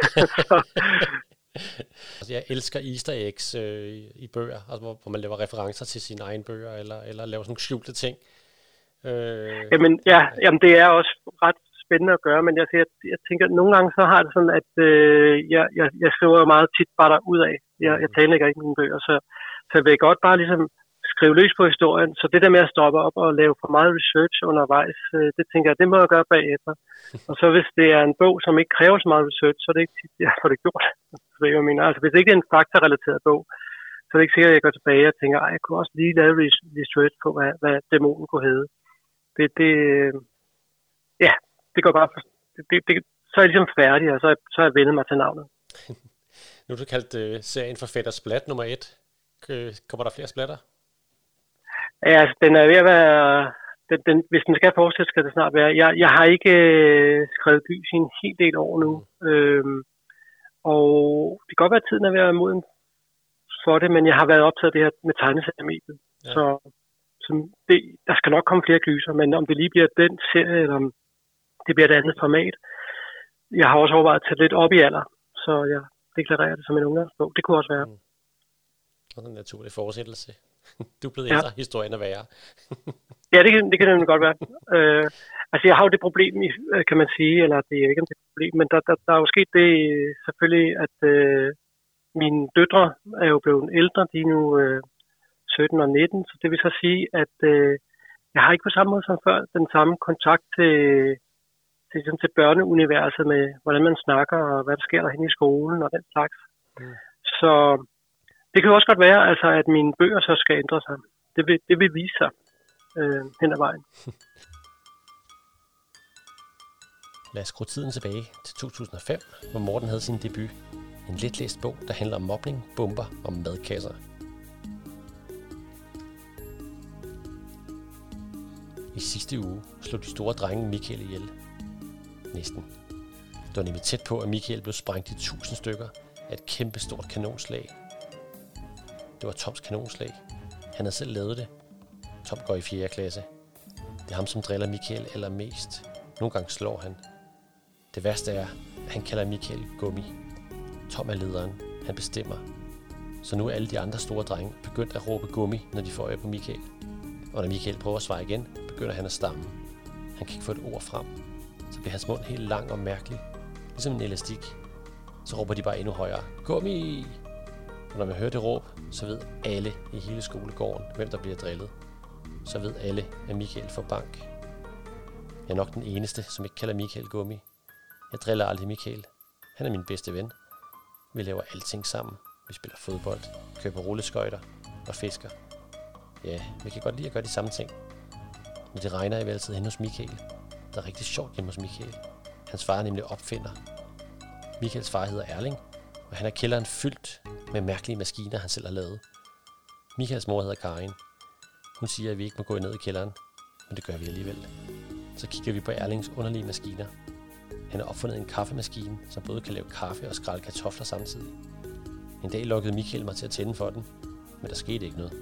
Altså, jeg elsker easter eggs øh, i, i bøger, altså, hvor, hvor man laver referencer til sine egne bøger, eller, eller laver sådan nogle skjulte ting. Øh, jamen, ja, jamen, det er også ret spændende at gøre, men jeg, jeg, jeg tænker, at nogle gange så har det sådan, at øh, jeg, jeg, jeg skriver meget tit bare derud af. Jeg, jeg planlægger ikke mine bøger, så, så jeg vil godt bare ligesom skrive løs på historien. Så det der med at stoppe op og lave for meget research undervejs, øh, det tænker jeg, det må jeg gøre bagefter. Og så hvis det er en bog, som ikke kræver så meget research, så er det ikke tit, jeg får det gjort. Jeg mener. Altså hvis det ikke er en faktarelateret bog, så er det ikke sikkert, at jeg går tilbage og tænker, at jeg kunne også lige lave research på, hvad, hvad dæmonen kunne hedde. Det, det, ja, det går bare for, det, det, det, så er jeg ligesom færdig, og så, så har jeg vendt mig til navnet. Nu har du kaldt uh, serien for Fætter Splat nummer et. Kommer der flere splatter? Ja, altså, den er ved at være, den, den, hvis den skal fortsætte, skal det snart være. Jeg, jeg har ikke øh, skrevet gys i en hel del år nu, mm. øhm, og det kan godt være, at tiden er ved at være moden for det, men jeg har været optaget af det her med tegneseriemediet. Ja. Så, så det, der skal nok komme flere gyser, men om det lige bliver den serie, eller om det bliver et andet format. Jeg har også overvejet at tage lidt op i alder, så jeg deklarerer det som en ungdomsbog. Det kunne også være. Mm. Og en naturlig fortsættelse. Du er blevet ældre, ja. Historien er værre. Ja, det kan, det kan nemlig godt være. Øh, altså, jeg har jo det problem, kan man sige, eller det er ikke et problem, men der, der, der er jo sket det selvfølgelig, at øh, mine døtre er jo blevet ældre, de er nu øh, sytten og nitten, så det vil så sige, at øh, jeg har ikke på samme måde som før den samme kontakt til, til, til, til børneuniverset med, hvordan man snakker, og hvad der sker derhen i skolen, og den slags. Mm. Så det kan jo også godt være, altså, at mine bøger så skal ændre sig. Det vil, det vil vise sig øh, hen ad vejen. Lad os skrue tiden tilbage til to tusind og fem, hvor Morten havde sin debut. En letlæst bog, der handler om mobning, bomber og madkasser. I sidste uge slog de store drenge Michael ihjel. Næsten. Det var nemlig tæt på, at Michael blev sprængt i tusind stykker af et kæmpestort kanonslag. Det var Toms kanonslag. Han havde selv lavet det. Tom går i fjerde klasse. Det er ham, som driller Michael allermest. Nogle gange slår han. Det værste er, at han kalder Michael Gummi. Tom er lederen. Han bestemmer. Så nu er alle de andre store drenge begyndt at råbe Gummi, når de får øje på Michael. Og når Michael prøver at svare igen, begynder han at stamme. Han kan ikke få et ord frem. Så bliver hans mund helt lang og mærkelig. Ligesom en elastik. Så råber de bare endnu højere. Gummi! Og når man hører det råb, så ved alle i hele skolegården, hvem der bliver drillet. Så ved alle, at Michael får bank. Jeg er nok den eneste, som ikke kalder Michael Gummi. Jeg driller aldrig Michael. Han er min bedste ven. Vi laver alting sammen. Vi spiller fodbold, køber rulleskøjter og fisker. Ja, vi kan godt lide at gøre de samme ting. Når det regner, er vi altid hen hos Michael. Der er rigtig sjovt hjemme hos Michael. Hans far er nemlig opfinder. Michaels far hedder Erling, og han er kælderen fyldt med mærkelige maskiner, han selv har lavet. Michaels mor hedder Karin. Hun siger, at vi ikke må gå ned i kælderen, men det gør vi alligevel. Så kigger vi på Erlings underlige maskiner. Han har opfundet en kaffemaskine, som både kan lave kaffe og skrælle kartofler samtidig. En dag lukkede Michael mig til at tænde for den, men der skete ikke noget.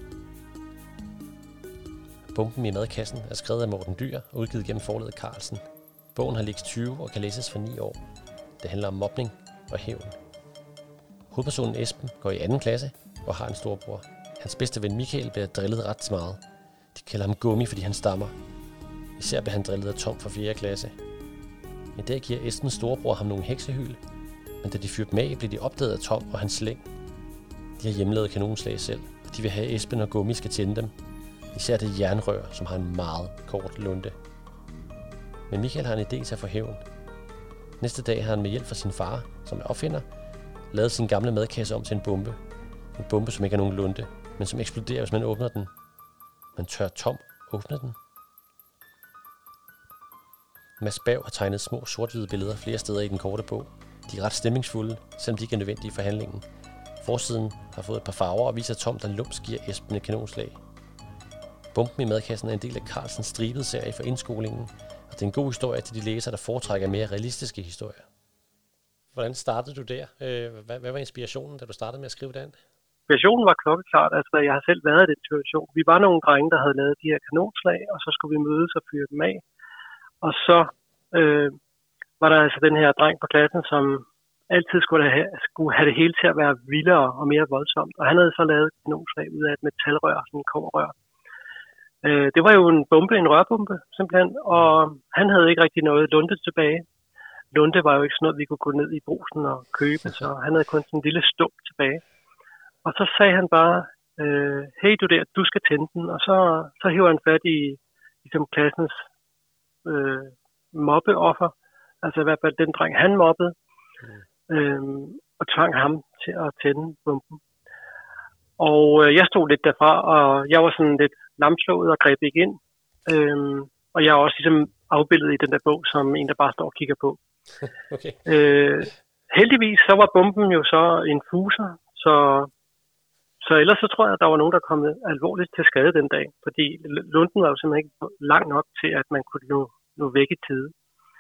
Bomben i madkassen er skrevet af Morten Dyr og udgivet gennem forlaget Carlsen. Bogen har ligget tyve og kan læses for ni år. Det handler om mobning og hævn. Hovedpersonen Esben går i anden klasse og har en storbror. Hans bedste ven Michael bliver drillet ret meget. De kalder ham Gummi, fordi han stammer. Især bliver han drillet af Tom fra fjerde klasse. En dag giver Esbens storebror ham nogle heksehyl, men da de fyrer dem af, bliver de opdaget af Tom og hans slæng. De har hjemmelavet kanonslag selv, og de vil have Esben og Gummi skal tænde dem. Især det jernrør, som har en meget kort lunte. Men Michael har en idé til at få hævn. Næste dag har han med hjælp fra sin far, som er opfinder, lavet sin gamle madkasse om til en bombe. En bombe, som ikke har nogen lunte, men som eksploderer, hvis man åbner den. Man tør Tom åbne den. Mads Berg har tegnet små sort-hvide billeder flere steder i den korte bog. De er ret stemningsfulde, selvom de ikke er nødvendige for handlingen. Forsiden har fået et par farver og viser Tom, der lumsk giver Esben et kanonslag. Bomben i madkassen er en del af Carlsens stribede serie for indskolingen, og det er en god historie til de læsere, der foretrækker mere realistiske historier. Hvordan startede du der? Hvad, hvad var inspirationen, da du startede med at skrive den? Inspirationen var klokkeklart. Altså, jeg har selv været i den situation. Vi var nogle drenge, der havde lavet de her kanonslag, og så skulle vi mødes og fyre dem af. Og så øh, var der altså den her dreng på klassen, som altid skulle have, skulle have det hele til at være vildere og mere voldsomt. Og han havde så lavet et kanonslag ud af et metalrør, sådan en kobberrør. Øh, det var jo en bombe, en rørbombe simpelthen, og han havde ikke rigtig noget lunte tilbage. Lunte var jo ikke sådan noget, vi kunne gå ned i brusen og købe, så han havde kun sådan en lille stump tilbage. Og så sagde han bare, øh, hey du der, du skal tænde den, og så, så hiver han fat i ligesom klassens øh, mobbeoffer, altså i hvert fald den dreng, han mobbede, øh, og tvang ham til at tænde bomben. Og øh, jeg stod lidt derfra, og jeg var sådan lidt lamslået og greb ikke ind. Øh, og jeg er også ligesom afbildet i den der bog, som en, der bare står og kigger på. Okay. Øh, heldigvis så var bomben jo så en fuser, så, så ellers så tror jeg, at der var nogen, der kom alvorligt til skade den dag, fordi lunden var jo simpelthen ikke lang nok til, at man kunne nå, nå væk i tide.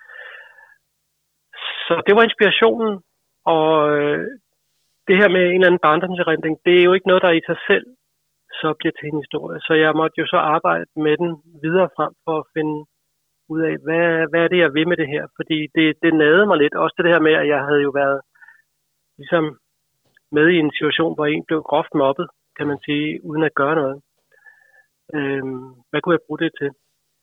Så det var inspirationen, og øh, det her med en eller anden barndomserindring, det er jo ikke noget, der i sig selv så bliver til en historie. Så jeg måtte jo så arbejde med den videre frem for at finde ud af, hvad, hvad er det, jeg vil med det her? Fordi det, det nagede mig lidt. Også det her med, at jeg havde jo været ligesom med i en situation, hvor en blev groft mobbet, kan man sige, uden at gøre noget. Øhm, hvad kunne jeg bruge det til?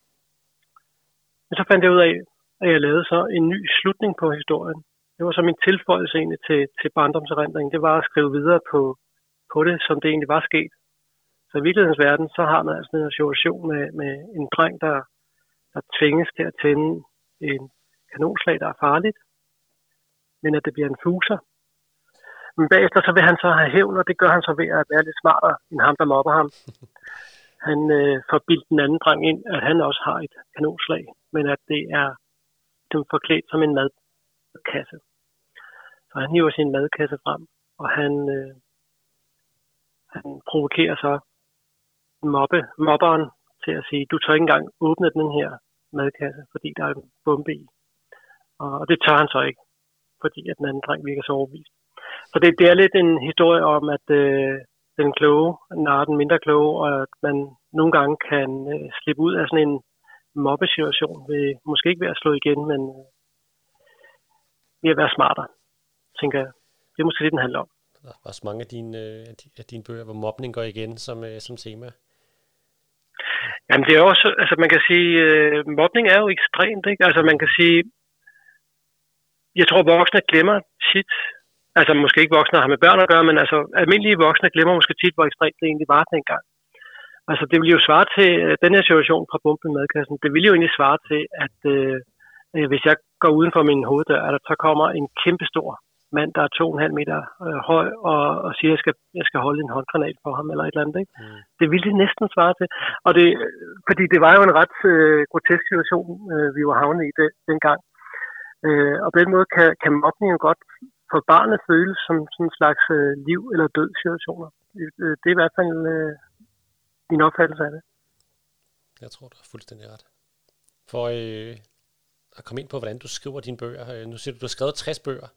Men så fandt jeg ud af, at jeg lavede så en ny slutning på historien. Det var så min tilføjelse egentlig til, til barndomserindringen. Det var at skrive videre på, på det, som det egentlig var sket. Så i virkelighedens verden, så har man altså en situation med, med en dreng, der der tvinges til at tænde en kanonslag, der er farligt, men at det bliver en fuser. Men bagefter så vil han så have hævn, og det gør han så ved at være lidt smartere end ham, der mobber ham. Han øh, får bildt den anden dreng ind, at han også har et kanonslag, men at det er dem forklædt som en madkasse. Så han hiver sin madkasse frem, og han, øh, han provokerer så mobbe, mobberen til at sige, du tør ikke engang åbne den her madkasse, fordi der er en bombe i. Og det tør han så ikke, fordi at den anden dreng virker så overbevist. Så det, det er lidt en historie om, at øh, den kloge narrer den mindre kloge, og at man nogle gange kan øh, slippe ud af sådan en mobbesituation, ved, måske ikke ved at slå igen, men øh, ved at være smartere, tænker jeg. Det er måske det, den handler om. Der er også mange af dine, øh, af dine bøger, hvor mobning går igen som, øh, som tema. Jamen det er også, altså man kan sige, øh, mobning er jo ekstremt, ikke? Altså man kan sige, jeg tror voksne glemmer tit, altså måske ikke voksne har med børn at gøre, men altså almindelige voksne glemmer måske tit, hvor ekstremt det egentlig var dengang. Altså det ville jo svare til, øh, den her situation fra bomben i madkassen, det ville jo egentlig svare til, at øh, hvis jeg går uden for min hoveddør, at der så kommer en kæmpestor mand, der er to og en halv meter øh, høj, og, og siger, at jeg skal, jeg skal holde en håndgranat for ham, eller et eller andet. Ikke? Mm. Det ville det næsten svare til. Og det, fordi det var jo en ret øh, grotesk situation, øh, vi var havnet i det, dengang. Øh, og på den måde kan, kan mobning jo godt for barnet føles som sådan en slags øh, liv- eller død situationer. Øh, det er i hvert fald øh, min opfattelse af det. Jeg tror, du har fuldstændig ret. For øh, at komme ind på, hvordan du skriver dine bøger. Øh, nu siger du, du har skrevet tres bøger.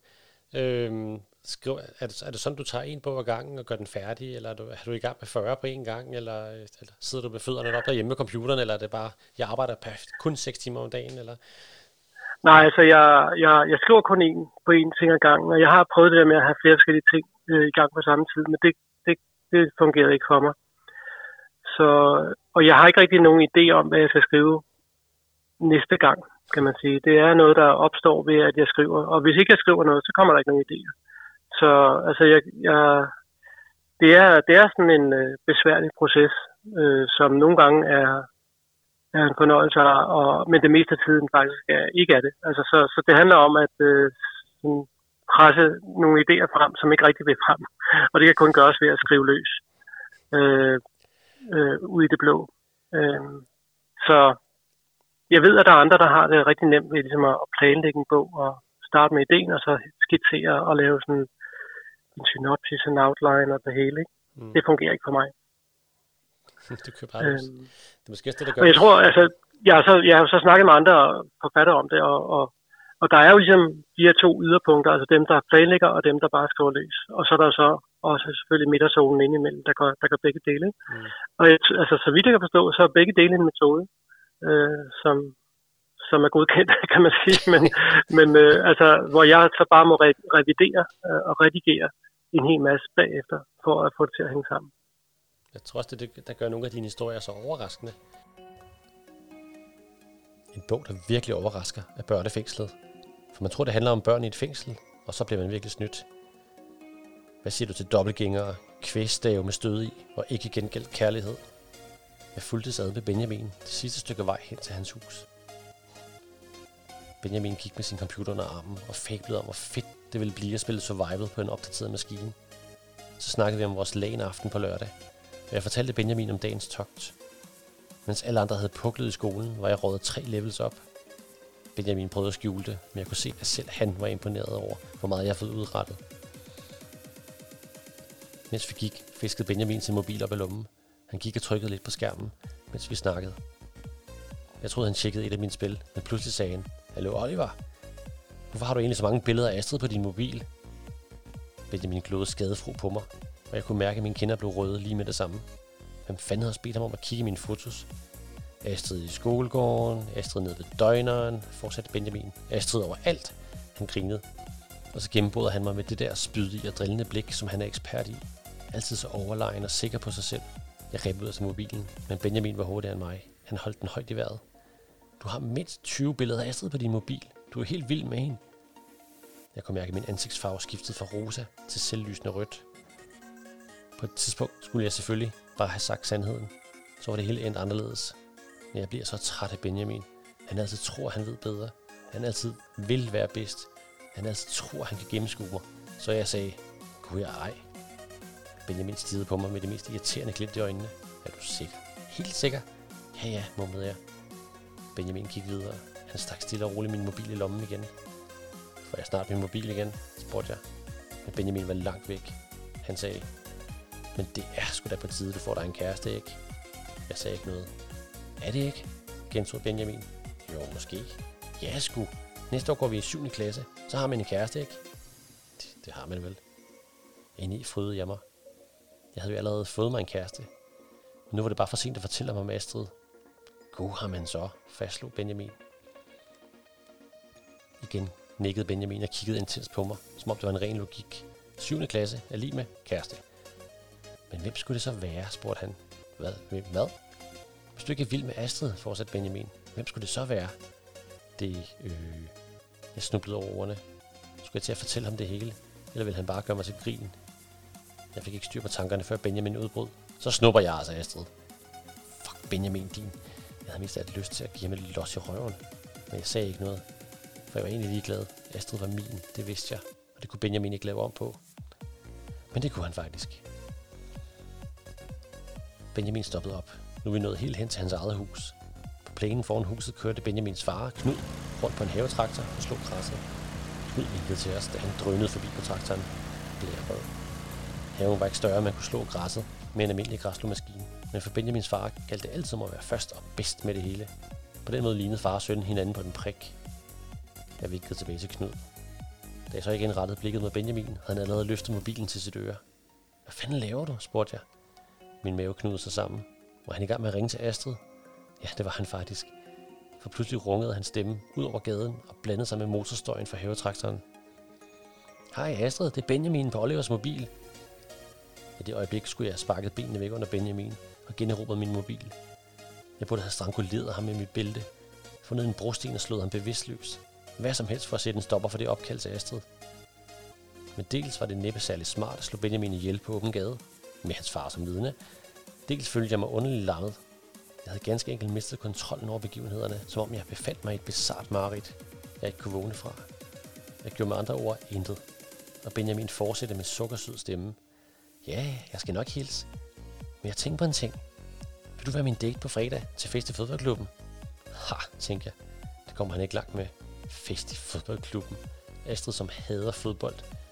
Øhm, skriv, er, det, er det sådan, du tager en bog ad gangen og gør den færdig, eller er du, er du i gang med fyrre på en gang, eller, eller sidder du med fødderne op derhjemme med computeren, eller er det bare, jeg arbejder per, kun seks timer om dagen, eller? Nej, altså jeg, jeg, jeg skriver kun en på en ting ad gangen, og jeg har prøvet det der med at have flere forskellige ting øh, i gang på samme tid, men det, det, det fungerede ikke for mig. Så, og jeg har ikke rigtig nogen idé om, hvad jeg skal skrive næste gang, kan man sige. Det er noget, der opstår ved, at jeg skriver, og hvis ikke jeg skriver noget, så kommer der ikke nogen idéer. Så altså, jeg, jeg, det, er, det er sådan en øh, besværlig proces, øh, som nogle gange er er en fornøjelse, og, men det meste af tiden faktisk er, ikke er det. Altså, så, så det handler om at øh, presse nogle idéer frem, som ikke rigtig vil frem. Og det kan kun gøres ved at skrive løs øh, øh, ud i det blå. Øh, så jeg ved, at der er andre, der har det rigtig nemt ved ligesom at planlægge en bog og starte med idéen, og så skitsere og lave sådan en synopsis, en outline og det hele. Ikke? Mm. Det fungerer ikke for mig. Du køber bare øhm, det er måske det, der gør. Og jeg tror, altså, jeg har, så, jeg har så snakket med andre forfattere om det, og, og, og der er jo ligesom de her to yderpunkter, altså dem, der planlægger, og dem, der bare skriver løs. Og så er der så også selvfølgelig midterzonen indimellem, der gør, der gør begge dele. Mm. Og jeg, altså, så vidt jeg kan forstå, så er begge dele en metode, øh, som, som er godkendt, kan man sige. Men, men øh, altså, hvor jeg så bare må re- revidere øh, og redigere en hel masse bagefter, for at få det til at hænge sammen. Jeg tror også, det der gør nogle af dine historier så overraskende. En bog, der virkelig overrasker, er Børnefængslet. For man tror, det handler om børn i et fængsel, og så bliver man virkelig snydt. Hvad siger du til dobbeltgængere, kvæstave med stød i, og ikke gengældt kærlighed? Jeg fulgtes ad med Benjamin det sidste stykke vej hen til hans hus. Benjamin gik med sin computer under armen og fablede om, hvor fedt det ville blive at spille survival på en opdateret maskine. Så snakkede vi om vores LAN aften på lørdag. Og jeg fortalte Benjamin om dagens togt. Mens alle andre havde puklet i skolen, var jeg røget tre levels op. Benjamin prøvede at skjule det, men jeg kunne se, at selv han var imponeret over, hvor meget jeg havde fået udrettet. Mens vi gik, fiskede Benjamin sin mobil op af lommen. Han gik og trykkede lidt på skærmen, mens vi snakkede. Jeg troede, han tjekkede et af mine spil, men pludselig sagde han, "Hallo Oliver, hvorfor har du egentlig så mange billeder af Astrid på din mobil?" Benjamin glodede skadefro på mig, og jeg kunne mærke, at mine kinder blev røde lige med det samme. Hvem fanden havde bedt ham om at kigge mine fotos? Astrid i skolegården, Astrid nede ved døgneren, fortsatte Benjamin. Astrid overalt. Han grinede. Og så gennembrød han mig med det der spydige og drillende blik, som han er ekspert i. Altid så overlegen og sikker på sig selv. Jeg greb ud af mobilen, men Benjamin var hurtigere end mig. Han holdt den højt i vejret. Du har mindst tyve billeder af Astrid på din mobil. Du er helt vild med hende. Jeg kunne mærke, at min ansigtsfarve skiftede fra rosa til selvlysende rødt. På et tidspunkt skulle jeg selvfølgelig bare have sagt sandheden. Så var det hele endt anderledes. Men jeg bliver så træt af Benjamin. Han altid tror, han ved bedre. Han altid vil være bedst. Han altid tror, han kan gennemskue mig. Så jeg sagde, gud jeg ej. Benjamin stirrede på mig med det mest irriterende glimt i øjnene. Er du sikker? Helt sikker? Ja ja, mumlede jeg. Benjamin gik videre. Han stak stille og roligt min mobil i lommen igen. Får jeg snart min mobil igen? Spurgte jeg. Men Benjamin var langt væk. Han sagde, men det er sgu da på tide, du får dig en kæreste, ikke? Jeg sagde ikke noget. Er det ikke? Gentog Benjamin. Jo, måske. Ja, sgu. Næste år går vi i syvende klasse. Så har man en kæreste, ikke? Det, det har man vel. Inde i frydede jeg mig. Jeg havde jo allerede fået mig en kæreste. Men nu var det bare for sent at fortælle mig om Astrid. God har man så, fastslog Benjamin. Igen nikkede Benjamin og kiggede intens på mig, som om det var en ren logik. syvende klasse er lige med kæreste. Men hvem skulle det så være, spurgte han. Hvad? Hvem? Hvad? Hvis du ikke er vild med Astrid, fortsatte Benjamin, hvem skulle det så være? Det, øh... Jeg snublede over ordene. Skulle jeg til at fortælle ham det hele? Eller ville han bare gøre mig til grin? Jeg fik ikke styr på tankerne, før Benjamin udbrød. Så snupper jeg altså Astrid. Fuck Benjamin, din. Jeg havde mest af lyst til at give ham et los i røven. Men jeg sagde ikke noget. For jeg var egentlig ligeglad. Astrid var min, det vidste jeg. Og det kunne Benjamin ikke lave om på. Men det kunne han faktisk. Benjamin stoppede op. Nu er vi nået helt hen til hans eget hus. På plænen foran huset kørte Benjamins far, Knud, rundt på en havetraktor og slog græsset. Knud vinkede til os, da han drønede forbi på traktoren. Blev jeg rød. Haven var ikke større, man kunne slå græsset med en almindelig græsslåmaskine. Men for Benjamins far galt det altid om at være først og bedst med det hele. På den måde lignede far og søn hinanden på den prik. Jeg vinkede tilbage til Knud. Da jeg så igen rettede blikket mod Benjamin, havde han allerede løftet mobilen til sit øre. Hvad fanden laver du? Spurgte jeg. Min mave knudede sig sammen. Var han i gang med at ringe til Astrid? Ja, det var han faktisk. For pludselig rungede hans stemme ud over gaden og blandede sig med motorstøjen fra havetraktoren. Hej Astrid, det er Benjamin på Olivers mobil. I det øjeblik skulle jeg have sparket benene væk under Benjamin og generobret min mobil. Jeg burde have stranguleret ham med mit bælte, fundet en brosten og slået ham bevidstløs. Hvad som helst for at sætte en stopper for det opkald til Astrid. Men dels var det næppe særlig smart at slå Benjamin ihjel på åben gade, med hans far som vidne. Dels følte jeg mig underligt lammet. Jeg havde ganske enkelt mistet kontrollen over begivenhederne, som om jeg befandt mig i et bizart mareridt, jeg ikke kunne vågne fra. Jeg gjorde med andre ord intet, og Benjamin fortsatte med sukkersød stemme. Ja, jeg skal nok hilse. Men jeg tænkte på en ting. Vil du være min date på fredag til fest i fodboldklubben? Ha, tænkte jeg. Det kommer han ikke langt med. Fest i fodboldklubben. Astrid, som hader fodbold.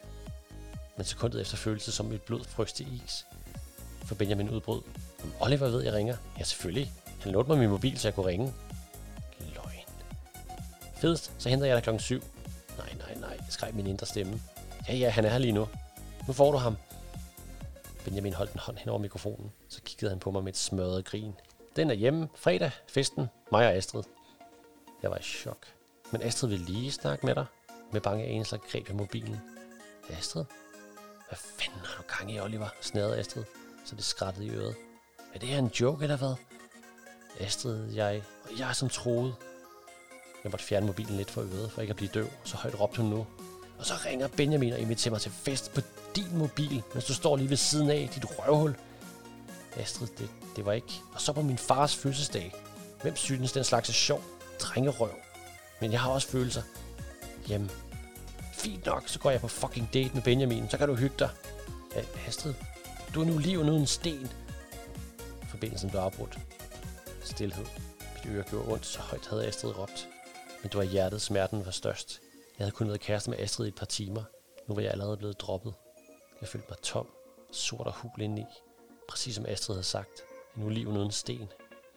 Men sekundet efter følelse som et blodfryst i is. For Benjamin udbrød. Om Oliver ved, jeg ringer. Ja, selvfølgelig. Han lånte mig min mobil, så jeg kunne ringe. Løgn. Fedest, så henter jeg dig klokken syv. Nej, nej, nej, skreg min indre stemme. Ja, ja, han er her lige nu. Nu får du ham. Benjamin holdt en hånd hen over mikrofonen. Så kiggede han på mig med et smørret grin. Den er hjemme. Fredag. Festen. Mig og Astrid. Jeg var i chok. Men Astrid ville lige snakke med dig. Med bange anelser greb jeg mobilen. Astrid? Hvad fanden har du gang i, Oliver? Snærede Astrid, så det skrattede i øret. Er det her en joke, eller hvad? Astrid, jeg... Og jeg som troede. Jeg måtte fjerne mobilen lidt fra øret, for ikke at blive døv. Så højt råbte hun nu. Og så ringer Benjamin og inviterer mig til fest på din mobil, mens du står lige ved siden af dit røvhul. Astrid, det, det var ikke. Og så på min fars fødselsdag. Hvem synes den slags er sjov? Drengerøv. Men jeg har også følelser. Jamen, fint nok, så går jeg på fucking date med Benjamin. Så kan du hygge dig. Ja, Astrid, du er nu livet uden en sten. Forbindelsen blev afbrudt. Stilhed. Mit øre gjorde ondt, så højt havde Astrid råbt. Men det var hjertet, smerten var størst. Jeg havde kun været kæreste med Astrid i et par timer. Nu var jeg allerede blevet droppet. Jeg følte mig tom, sort og hul indeni. Præcis som Astrid havde sagt. En uliv uden sten.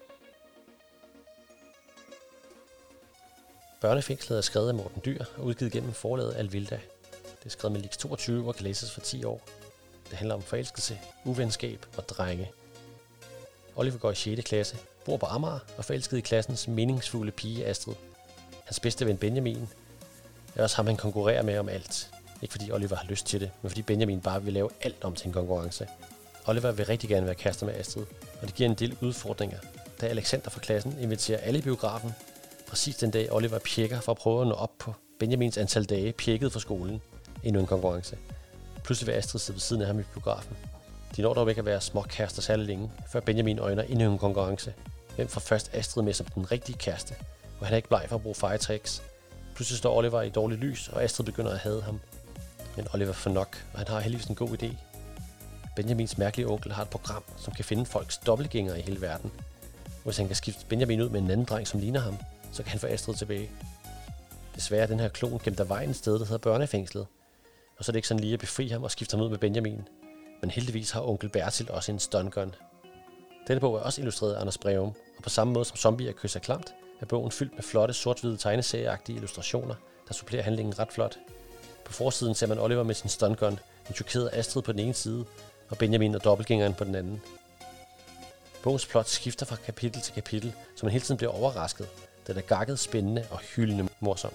Børnefængslet er skrevet af Morten Dyr og udgivet gennem forlaget Alvilda. Det er skrevet med Lix toogtyve og kan læses for ti år. Det handler om forelskelse, uvenskab og drenge. Oliver går i sjette klasse, bor på Amager og forelsket i klassens meningsfulde pige Astrid. Hans bedste ven Benjamin er også ham, han konkurrerer med om alt. Ikke fordi Oliver har lyst til det, men fordi Benjamin bare vil lave alt om til en konkurrence. Oliver vil rigtig gerne være kærester med Astrid, og det giver en del udfordringer, da Alexander fra klassen inviterer alle i biografen. Præcis den dag Oliver pjekker for at prøve at nå op på Benjamins antal dage pjekket fra skolen. Endnu en konkurrence. Pludselig vil Astrid sidde ved siden af ham i biografen. De når dog ikke at være små kærester særlig længe, før Benjamin øjner endnu en konkurrence. Hvem får først Astrid med som den rigtige kæreste, og han er ikke bleg for at bruge fejretricks. Pludselig står Oliver i dårligt lys, og Astrid begynder at hade ham. Men Oliver får nok, og han har heldigvis en god idé. Benjamins mærkelige onkel har et program, som kan finde folks dobbeltgængere i hele verden. Hvis han kan skifte Benjamin ud med en anden dreng, som ligner ham, så kan han få Astrid tilbage. Desværre er den her klon gemt af vejen et sted, der hedder børnefængslet. Og så er det ikke sådan lige at befri ham og skifte ham ud med Benjamin. Men heldigvis har onkel Bertil også en stungun. Denne bog er også illustreret af Anders Breum, og på samme måde som Zombier kysser klamt, er bogen fyldt med flotte sort-hvide tegneserieagtige illustrationer, der supplerer handlingen ret flot. På forsiden ser man Oliver med sin stungun, en chokeret Astrid på den ene side, og Benjamin og dobbeltgængeren på den anden. Bogens plot skifter fra kapitel til kapitel, så man hele tiden bliver overrasket. Den er gakket, spændende og hyldende morsom.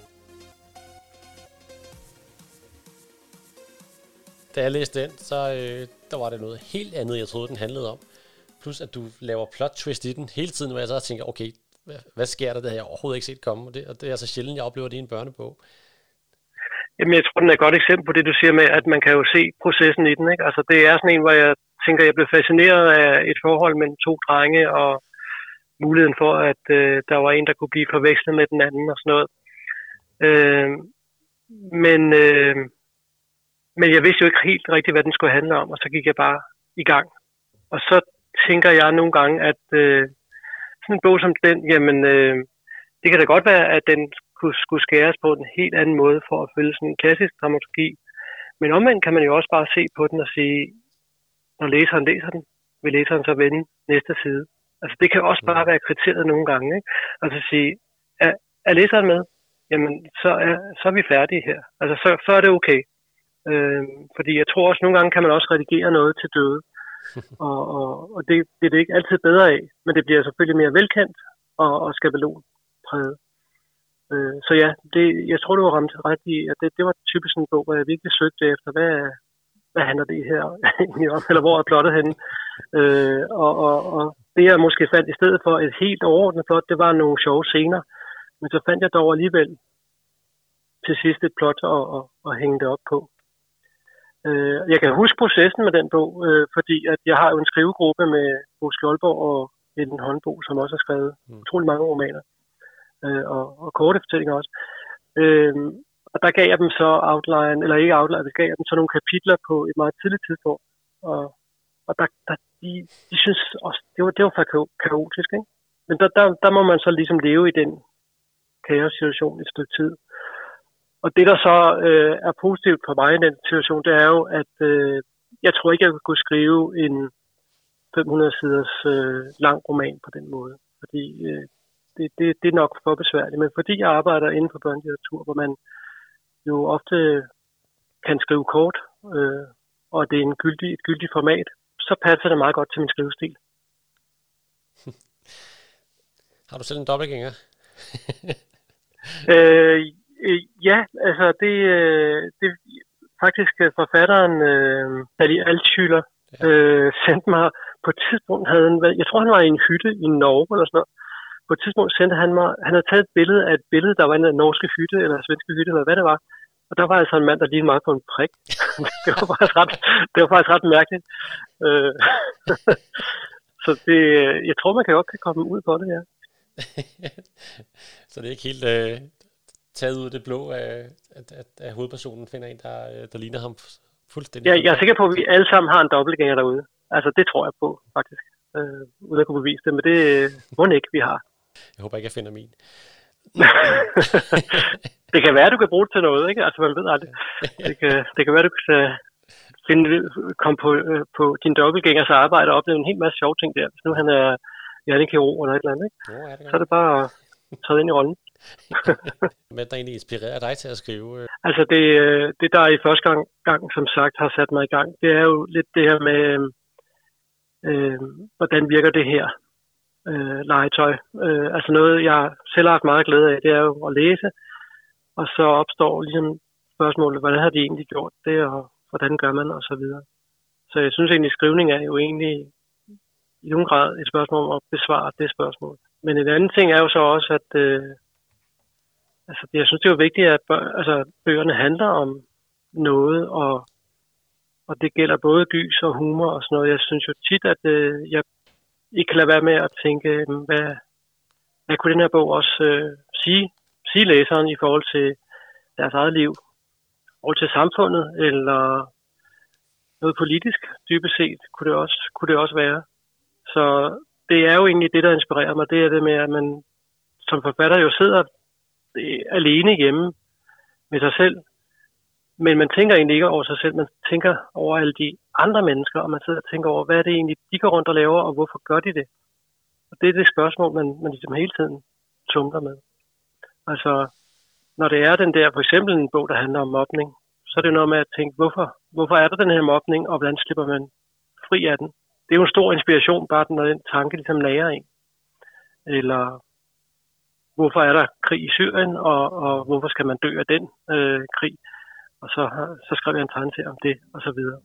Da jeg læste den, så øh, der var det noget helt andet, jeg troede, den handlede om. Plus at du laver plot twist i den hele tiden, hvor jeg så tænker, okay, hvad, hvad sker der? Det har jeg overhovedet ikke set komme, og det, og det er så sjældent, jeg oplever det i en børnebog. Jamen, jeg tror, den er et godt eksempel på det, du siger med, at man kan jo se processen i den, ikke? Altså, det er sådan en, hvor jeg tænker, jeg blev fascineret af et forhold mellem to drenge, og muligheden for, at øh, der var en, der kunne blive forvekslet med den anden og sådan noget. Øh, men, øh, men jeg vidste jo ikke helt rigtigt, hvad den skulle handle om, og så gik jeg bare i gang. Og så tænker jeg nogle gange, at øh, sådan en bog som den, jamen, øh, det kan da godt være, at den skulle, skulle skæres på en helt anden måde for at følge sådan en klassisk dramaturgi. Men omvendt kan man jo også bare se på den og sige, når læseren læser den, vil læseren så vende næste side. Altså det kan også bare være kriteriet nogle gange, ikke? Altså sige, er, er læseren med? jamen så er, så er vi færdige her. Altså så, så er det okay. Øh, fordi jeg tror også, nogle gange kan man også redigere noget til døde. og og, og det, det er det ikke altid bedre af, men det bliver selvfølgelig mere velkendt og, og skabelonpræget. Øh, så ja, det, jeg tror, du var ramt ret i, at det, det var typisk en bog, hvor jeg virkelig søgte efter, hvad, hvad handler det her egentlig om, eller hvor er plottet henne. Øh, og, og, og det jeg måske fandt i stedet for et helt overordnet plot, det var nogle sjove scener, men så fandt jeg dog alligevel til sidst et plot at, at, at hænge det op på. Øh, jeg kan huske processen med den bog, øh, fordi at jeg har jo en skrivegruppe med Bo Skjoldborg og Ellen Håndbo, som også har skrevet mm. utrolig mange romaner, øh, og, og korte fortællinger også. Øh, og der gav jeg dem så outline, eller ikke outline, der gav jeg dem så nogle kapitler på et meget tidligt tidspunkt, og, og der, der, de, de synes også, det var, det var for kaotisk, ikke? Men der, der, der må man så ligesom leve i den kaos-situation et stykke tid. Og det, der så øh, er positivt for mig i den situation, det er jo, at øh, jeg tror ikke, jeg kunne skrive en fem hundrede siders øh, lang roman på den måde. Fordi øh, det, det, det er nok for besværligt. Men fordi jeg arbejder inden for børnelitteratur, hvor man jo ofte kan skrive kort, øh, og det er en gyldig, et gyldigt format, så passer det meget godt til min skrivestil. Har du selv en dobbeltgænger? øh, Ja, altså det, det faktisk forfatteren øh, Ali Altschüler øh, sendte mig på et tidspunkt, havde en, jeg tror han var i en hytte i Norge eller sådan noget. På et tidspunkt sendte han mig, han havde taget et billede af et billede, der var en norske hytte eller svenske hytte eller hvad det var. Og der var altså en mand, der lignede meget på en prik. det var faktisk ret, det var faktisk ret mærkeligt. Øh, så det, jeg tror man kan godt kan komme ud på det, ja. Så det er ikke helt øh, taget ud af det blå, at, at, at, at hovedpersonen finder en, der, der ligner ham fuldstændig. Ja, jeg er sikker på, at vi alle sammen har en dobbeltgænger derude. Altså, det tror jeg på, faktisk. Øh, uden at kunne bevise det, men det må ikke, vi har. Jeg håber ikke, jeg finder min. Det kan være, du kan bruge det til noget, ikke? Altså, man ved aldrig. Det kan, det kan være, du kan finde, komme på, på din dobbeltgængers arbejde og opleve en hel masse sjove ting der. Hvis nu han er hjernekirurg eller et eller andet, ikke? Jo, ja, det så er det bare at træde ind i rollen. Hvad der egentlig inspirerer dig til at skrive? Altså det, det der i første gang, gang, som sagt, har sat mig i gang, det er jo lidt det her med, øh, hvordan virker det her øh, legetøj. Øh, altså noget, jeg selv har haft meget glæde af, det er jo at læse, og så opstår ligesom spørgsmålet, hvordan har de egentlig gjort det, og hvordan gør man, og så videre. Så jeg synes egentlig, skrivning er jo egentlig i nogen grad et spørgsmål om at besvare det spørgsmål. Men en anden ting er jo så også, at øh, altså, jeg synes, det er jo vigtigt, at bø- altså, bøgerne handler om noget, og, og det gælder både gys og humor og sådan noget. Jeg synes jo tit, at øh, jeg ikke kan lade være med at tænke, hvad, hvad kunne den her bog også øh, sige, sige læseren i forhold til deres eget liv, i forhold til samfundet, eller noget politisk, dybest set, kunne det også, kunne det også være. Så det er jo egentlig det, der inspirerer mig, det er det med, at man som forfatter jo sidder alene hjemme med sig selv, men man tænker egentlig ikke over sig selv, man tænker over alle de andre mennesker, og man sidder og tænker over, hvad er det egentlig, de går rundt og laver, og hvorfor gør de det? Og det er det spørgsmål, man, man ligesom hele tiden tumler med. Altså, når det er den der, for eksempel en bog, der handler om mobning, så er det noget med at tænke, hvorfor, hvorfor er der den her mobning, og hvordan slipper man fri af den? Det er jo en stor inspiration, bare når den tanke ligesom nager en. Eller hvorfor er der krig i Syrien, og, og hvorfor skal man dø af den øh, krig? Og så, så skrev jeg en tegneserie om det, og så videre.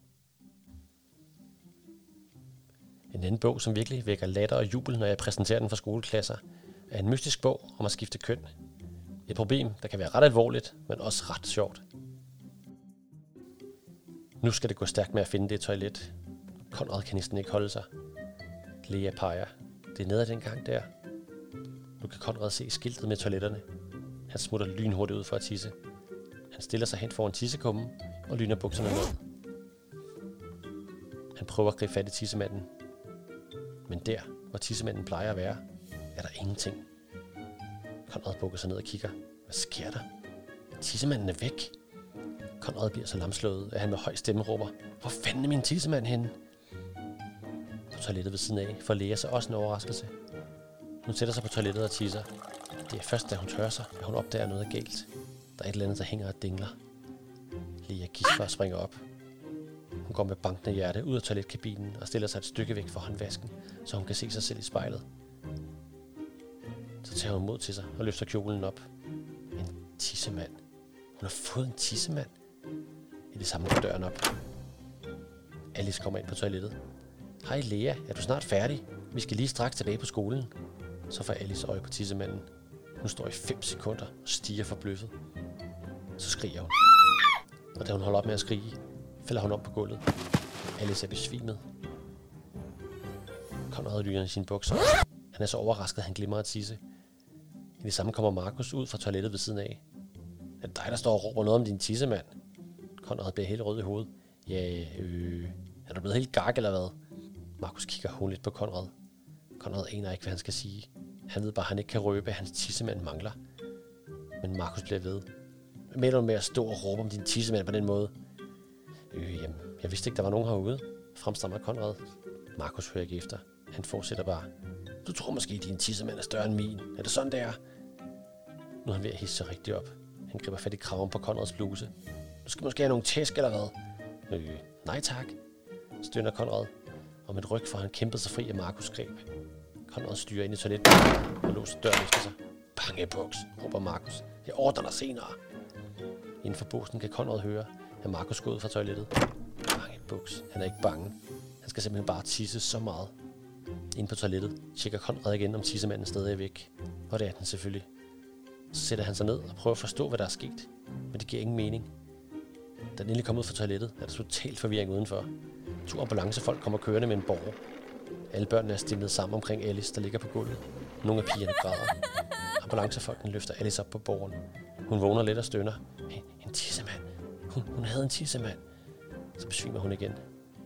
En anden bog, som virkelig vækker latter og jubel, når jeg præsenterer den for skoleklasser, er en mystisk bog om at skifte køn. Et problem, der kan være ret alvorligt, men også ret sjovt. Nu skal det gå stærkt med at finde det toilet. Konrad kan næsten ikke holde sig. Lea peger. Det er nede af den gang der. Nu kan Konrad se skiltet med toiletterne. Han smutter lynhurtigt ud for at tisse. Han stiller sig hen foran tissekummen og lyner bukserne ned. Han prøver at gribe fat i tissemanden. Men der, hvor tissemanden plejer at være, er der ingenting. Konrad bukker sig ned og kigger. Hvad sker der? Tissemanden er væk. Konrad bliver så lamslået, at han med høj stemme råber, hvor fanden er min tissemand henne? På toilettet ved siden af får Lea sig også en overraskelse. Hun sætter sig på toilettet og tisser. Det er først, da hun tørrer sig, at hun opdager noget er galt. Der er et eller andet, der hænger og dingler. Lea gisper og springer op. Hun går med bankende hjerte ud af toiletkabinen og stiller sig et stykke væk fra håndvasken, så hun kan se sig selv i spejlet. Så tager hun mod til sig og løfter kjolen op. En tissemand. Hun har fået en tissemand. I det samme går døren op. Alice kommer ind på toilettet. Hej Lea, er du snart færdig? Vi skal lige straks tilbage på skolen. Så får Alice øje på tissemanden. Hun står i fem sekunder og stiger forbløffet. Så skriger hun. Og da hun holder op med at skrige, falder hun om på gulvet. Alice er besvimet. Conrad lyner i sine bukser. Han er så overrasket, at han glemmer at tisse. I det samme kommer Markus ud fra toilettet ved siden af. Er det dig, der står og råber noget om din tissemand? Conrad bliver helt rød i hovedet. Ja, øh... Er du blevet helt gak eller hvad? Markus kigger hånligt på Conrad. Conrad aner ikke, hvad han skal sige. Han ved bare, at han ikke kan røbe, at hans tissemand mangler. Men Markus bliver ved. Hvad mener du med at stå og råbe om din tissemand på den måde? Øh, jamen, jeg vidste ikke, der var nogen herude. Fremstammer Conrad. Markus hører ikke efter. Han fortsætter bare. Du tror måske, at din tissemand er større end min. Er det sådan, det er? Nu er han ved at hisse sig rigtig op. Han griber fat i kraven på Conrads bluse. Du skal måske have nogle tæsk eller hvad? Øh, nej tak, stønner Conrad. Og med et ryg får han kæmpet sig fri af Markus' greb. Conrad styrer ind i toilettet og låser døren efter sig. Bangebuks, råber Markus. Jeg ordner dig senere. Inden for båsen kan Conrad høre, at Markus går ud fra toilettet. Bangebuks, han er ikke bange. Han skal simpelthen bare tisse så meget. Inde på toilettet tjekker Conrad igen, om tissemanden stadig er væk. Og det er den selvfølgelig. Så sætter han sig ned og prøver at forstå, hvad der er sket. Men det giver ingen mening. Da den endelig kommer ud fra toilettet, er der totalt forvirring udenfor. To ambulancefolk kommer kørende med en borger. Alle børnene er stimlet sammen omkring Alice, der ligger på gulvet. Nogle af pigerne græder. Ambulancefolkene løfter Alice op på borgeren. Hun vågner lidt og stønner. En, en tissemand. Hun, hun havde en tissemand. Så besvimer hun igen.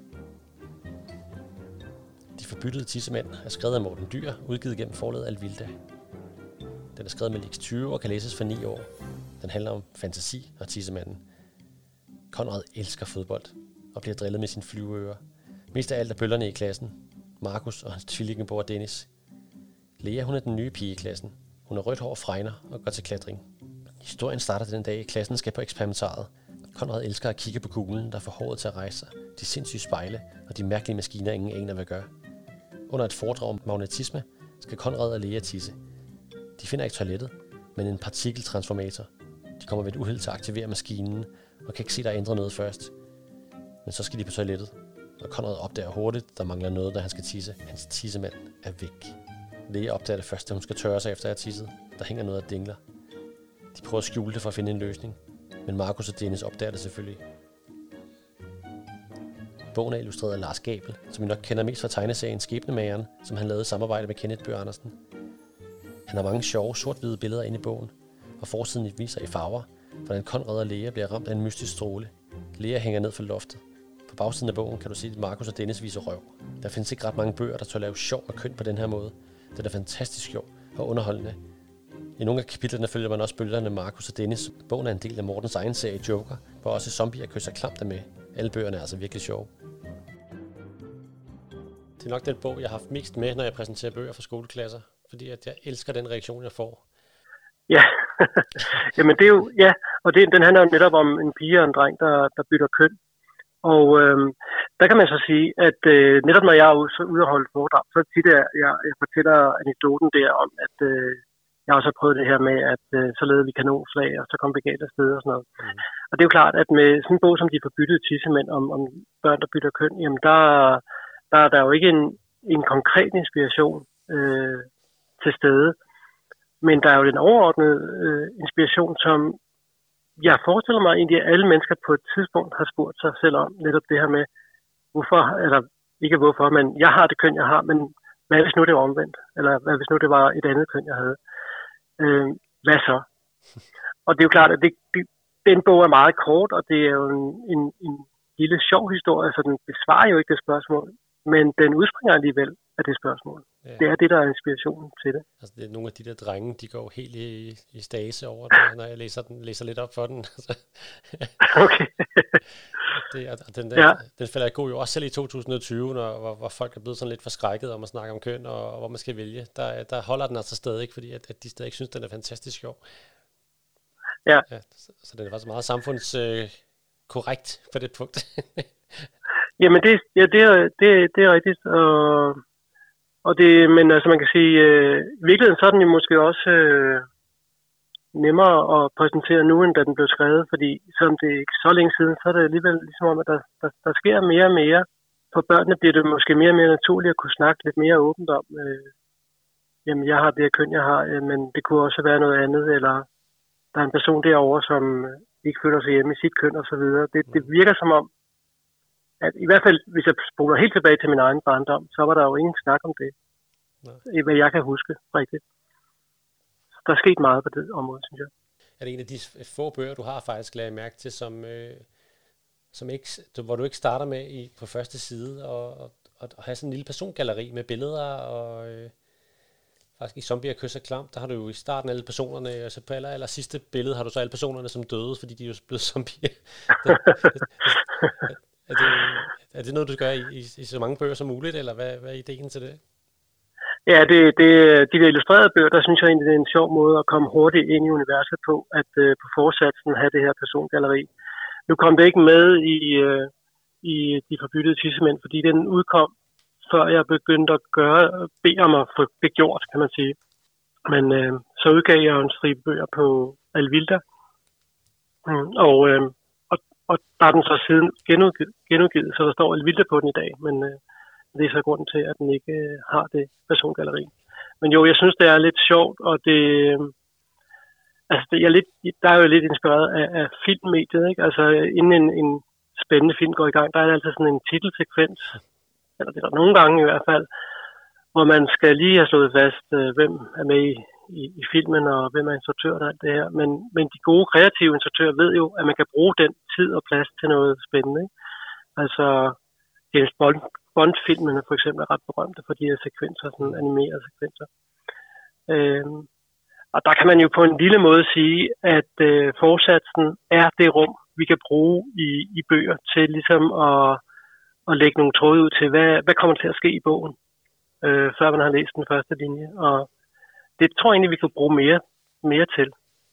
De forbyttede tissemænd er skrevet af Morten Dyr, udgivet gennem forlaget Alvilda. Den er skrevet med Lix tyve og kan læses for ni år. Den handler om fantasi og tissemanden. Conrad elsker fodbold og bliver drillet med sin flyveører. Mest af alt er bøllerne i klassen. Markus og hans tvillingebror Dennis. Lea, hun er den nye pige i klassen. Hun har rødt hår og fregner og går til klatring. Historien starter den dag, klassen skal på eksperimentaret. Conrad elsker at kigge på kuglen, der får håret til at rejse sig, de sindssyge spejle og de mærkelige maskiner, ingen aner hvad gør. Under et foredrag om magnetisme skal Conrad og Lea tisse. De finder ikke toilettet, men en partikeltransformator. De kommer ved et uheld til at aktivere maskinen og kan ikke se, der er ændret noget først. Men så skal de på toilettet, og Conrad opdager hurtigt, der mangler noget, da han skal tisse. Hans tissemand er væk. Lea opdager det først, da hun skal tørre sig efter at have tisset. Der hænger noget af dingler. De prøver at skjule det for at finde en løsning, men Markus og Dennis opdager det selvfølgelig. Bogen er illustreret af Lars Gabel, som vi nok kender mest fra tegneserien Skæbnemageren, som han lavede i samarbejde med Kenneth Bøgh Andersen. Han har mange sjove sort-hvide billeder inde i bogen, og forsiden viser i farver, hvordan Conrad og Lea bliver ramt af en mystisk stråle. Lea hænger ned fra loftet. På bagsiden af bogen kan du se, at Markus og Dennis viser røv. Der findes ikke ret mange bøger, der tør lave sjov og køn på den her måde. Den er fantastisk sjov og underholdende. I nogle af kapitlerne følger man også bølgerne Markus og Dennis. Bogen er en del af Mortens egen serie Joker, hvor også zombier kysser klamt er med. Alle bøgerne er altså virkelig sjove. Det er nok den bog, jeg har haft mest med, når jeg præsenterer bøger for skoleklasser, fordi at jeg elsker den reaktion, jeg får. Ja, jamen det er jo, ja, og det, den handler jo netop om en pige og en dreng, der, der bytter køn. Og øhm, der kan man så sige, at øh, netop når jeg er ude og holde foredrag, så tit jeg, jeg, jeg fortæller anekdoten der om, at øh, jeg også har prøvet det her med, at øh, så lavede vi kanonslag, og så kom vi galt afsted og sådan noget. Mm. Og det er jo klart, at med sådan en bog som De forbyttede tissemænd om, om børn, der bytter køn, jamen der, der er der jo ikke en, en konkret inspiration øh, til stede. Men der er jo den overordnede øh, inspiration, som jeg forestiller mig egentlig, at alle mennesker på et tidspunkt har spurgt sig selv om, netop det her med, hvorfor, eller ikke hvorfor, men jeg har det køn, jeg har, men hvad hvis nu det var omvendt? Eller hvad hvis nu det var et andet køn, jeg havde? Øh, hvad så? Og det er jo klart, at det, det, den bog er meget kort, og det er jo en, en, en lille sjov historie, så den besvarer jo ikke det spørgsmål, men den udspringer alligevel af det spørgsmål. Ja. Det er det, der er inspirationen til det. Altså, det er nogle af de der drenge, de går helt i, i stase over det, når jeg læser, den, læser lidt op for den. Okay. det, og den, der, ja. den falder god jo også selv i to tusind og tyve, når, hvor, hvor folk er blevet sådan lidt forskrækket om at snakke om køn, og, og hvor man skal vælge. Der, der holder den altså stadig, fordi at, at de stadig synes, den er fantastisk sjov. Ja. ja så, så den er faktisk meget samfundskorrekt øh, på det punkt. Jamen, det, ja, det, er, det, det er rigtigt. Og, og det, men altså, man kan sige, øh, i virkeligheden så er den jo måske også øh, nemmere at præsentere nu, end da den blev skrevet, fordi som det er ikke så længe siden, så er det alligevel ligesom om, at der, der, der sker mere og mere. For børnene bliver det måske mere og mere naturligt at kunne snakke lidt mere åbent om, øh, jamen, jeg har det her køn, jeg har, øh, men det kunne også være noget andet, eller der er en person derovre, som ikke føler sig hjemme i sit køn, og så videre. Det, det virker som om, at i hvert fald, hvis jeg spoler helt tilbage til min egen barndom, så var der jo ingen snak om det. Nej. Hvad jeg kan huske rigtigt. Der er sket meget på det område, synes jeg. Er det en af de få bøger, du har faktisk lagt mærke til, som, øh, som ikke, hvor du ikke starter med i, på første side, og, og, og have sådan en lille persongalleri med billeder, og øh, faktisk i Zombier Kys og Klam, der har du jo i starten alle personerne, og så på aller, aller sidste billede har du så alle personerne som døde, fordi de er jo blevet zombier. det, det, det, Er det, er det noget, du gør i, i, i så mange bøger som muligt, eller hvad, hvad er ideen til det? Ja, det, det, de der illustrerede bøger, der synes jeg egentlig, det er en sjov måde at komme hurtigt ind i universet på, at uh, på forsatsen have det her persongalleri. Nu kom det ikke med i, uh, i De Forbyttede Tissemænd, fordi den udkom, før jeg begyndte at gøre, bede om at få det gjort, kan man sige. Men uh, så udgav jeg jo en stribe bøger på Alvilda, mm, og uh, Og der er den så siden genudgivet, genudgivet så der står Alvilda på den i dag, men øh, det er så grunden til, at den ikke øh, har det persongalleri. Men jo, jeg synes, det er lidt sjovt, og det, øh, altså det er lidt, der er jo lidt inspireret af, af filmmediet, ikke? Altså inden en, en spændende film går i gang, der er der altid sådan en titelsekvens, eller det er der nogle gange i hvert fald, hvor man skal lige have slået fast, øh, hvem er med i I, i filmen, og hvem er instruktør og alt det her. Men, men de gode kreative instruktører ved jo, at man kan bruge den tid og plads til noget spændende. Ikke? Altså, James Bond, Bond-filmene for eksempel er ret berømte for de her sekvenser, sådan animerede sekvenser. Øhm, og der kan man jo på en lille måde sige, at øh, forsatsen er det rum, vi kan bruge i, i bøger til ligesom at, at lægge nogle tråde ud til, hvad, hvad kommer til at ske i bogen, øh, før man har læst den første linje. Og det tror jeg egentlig, vi kan bruge mere, mere til.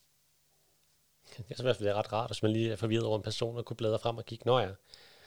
Det er i hvert fald ret rart, hvis man lige er forvirret over en person og kunne bladre frem og kigge, nå ja.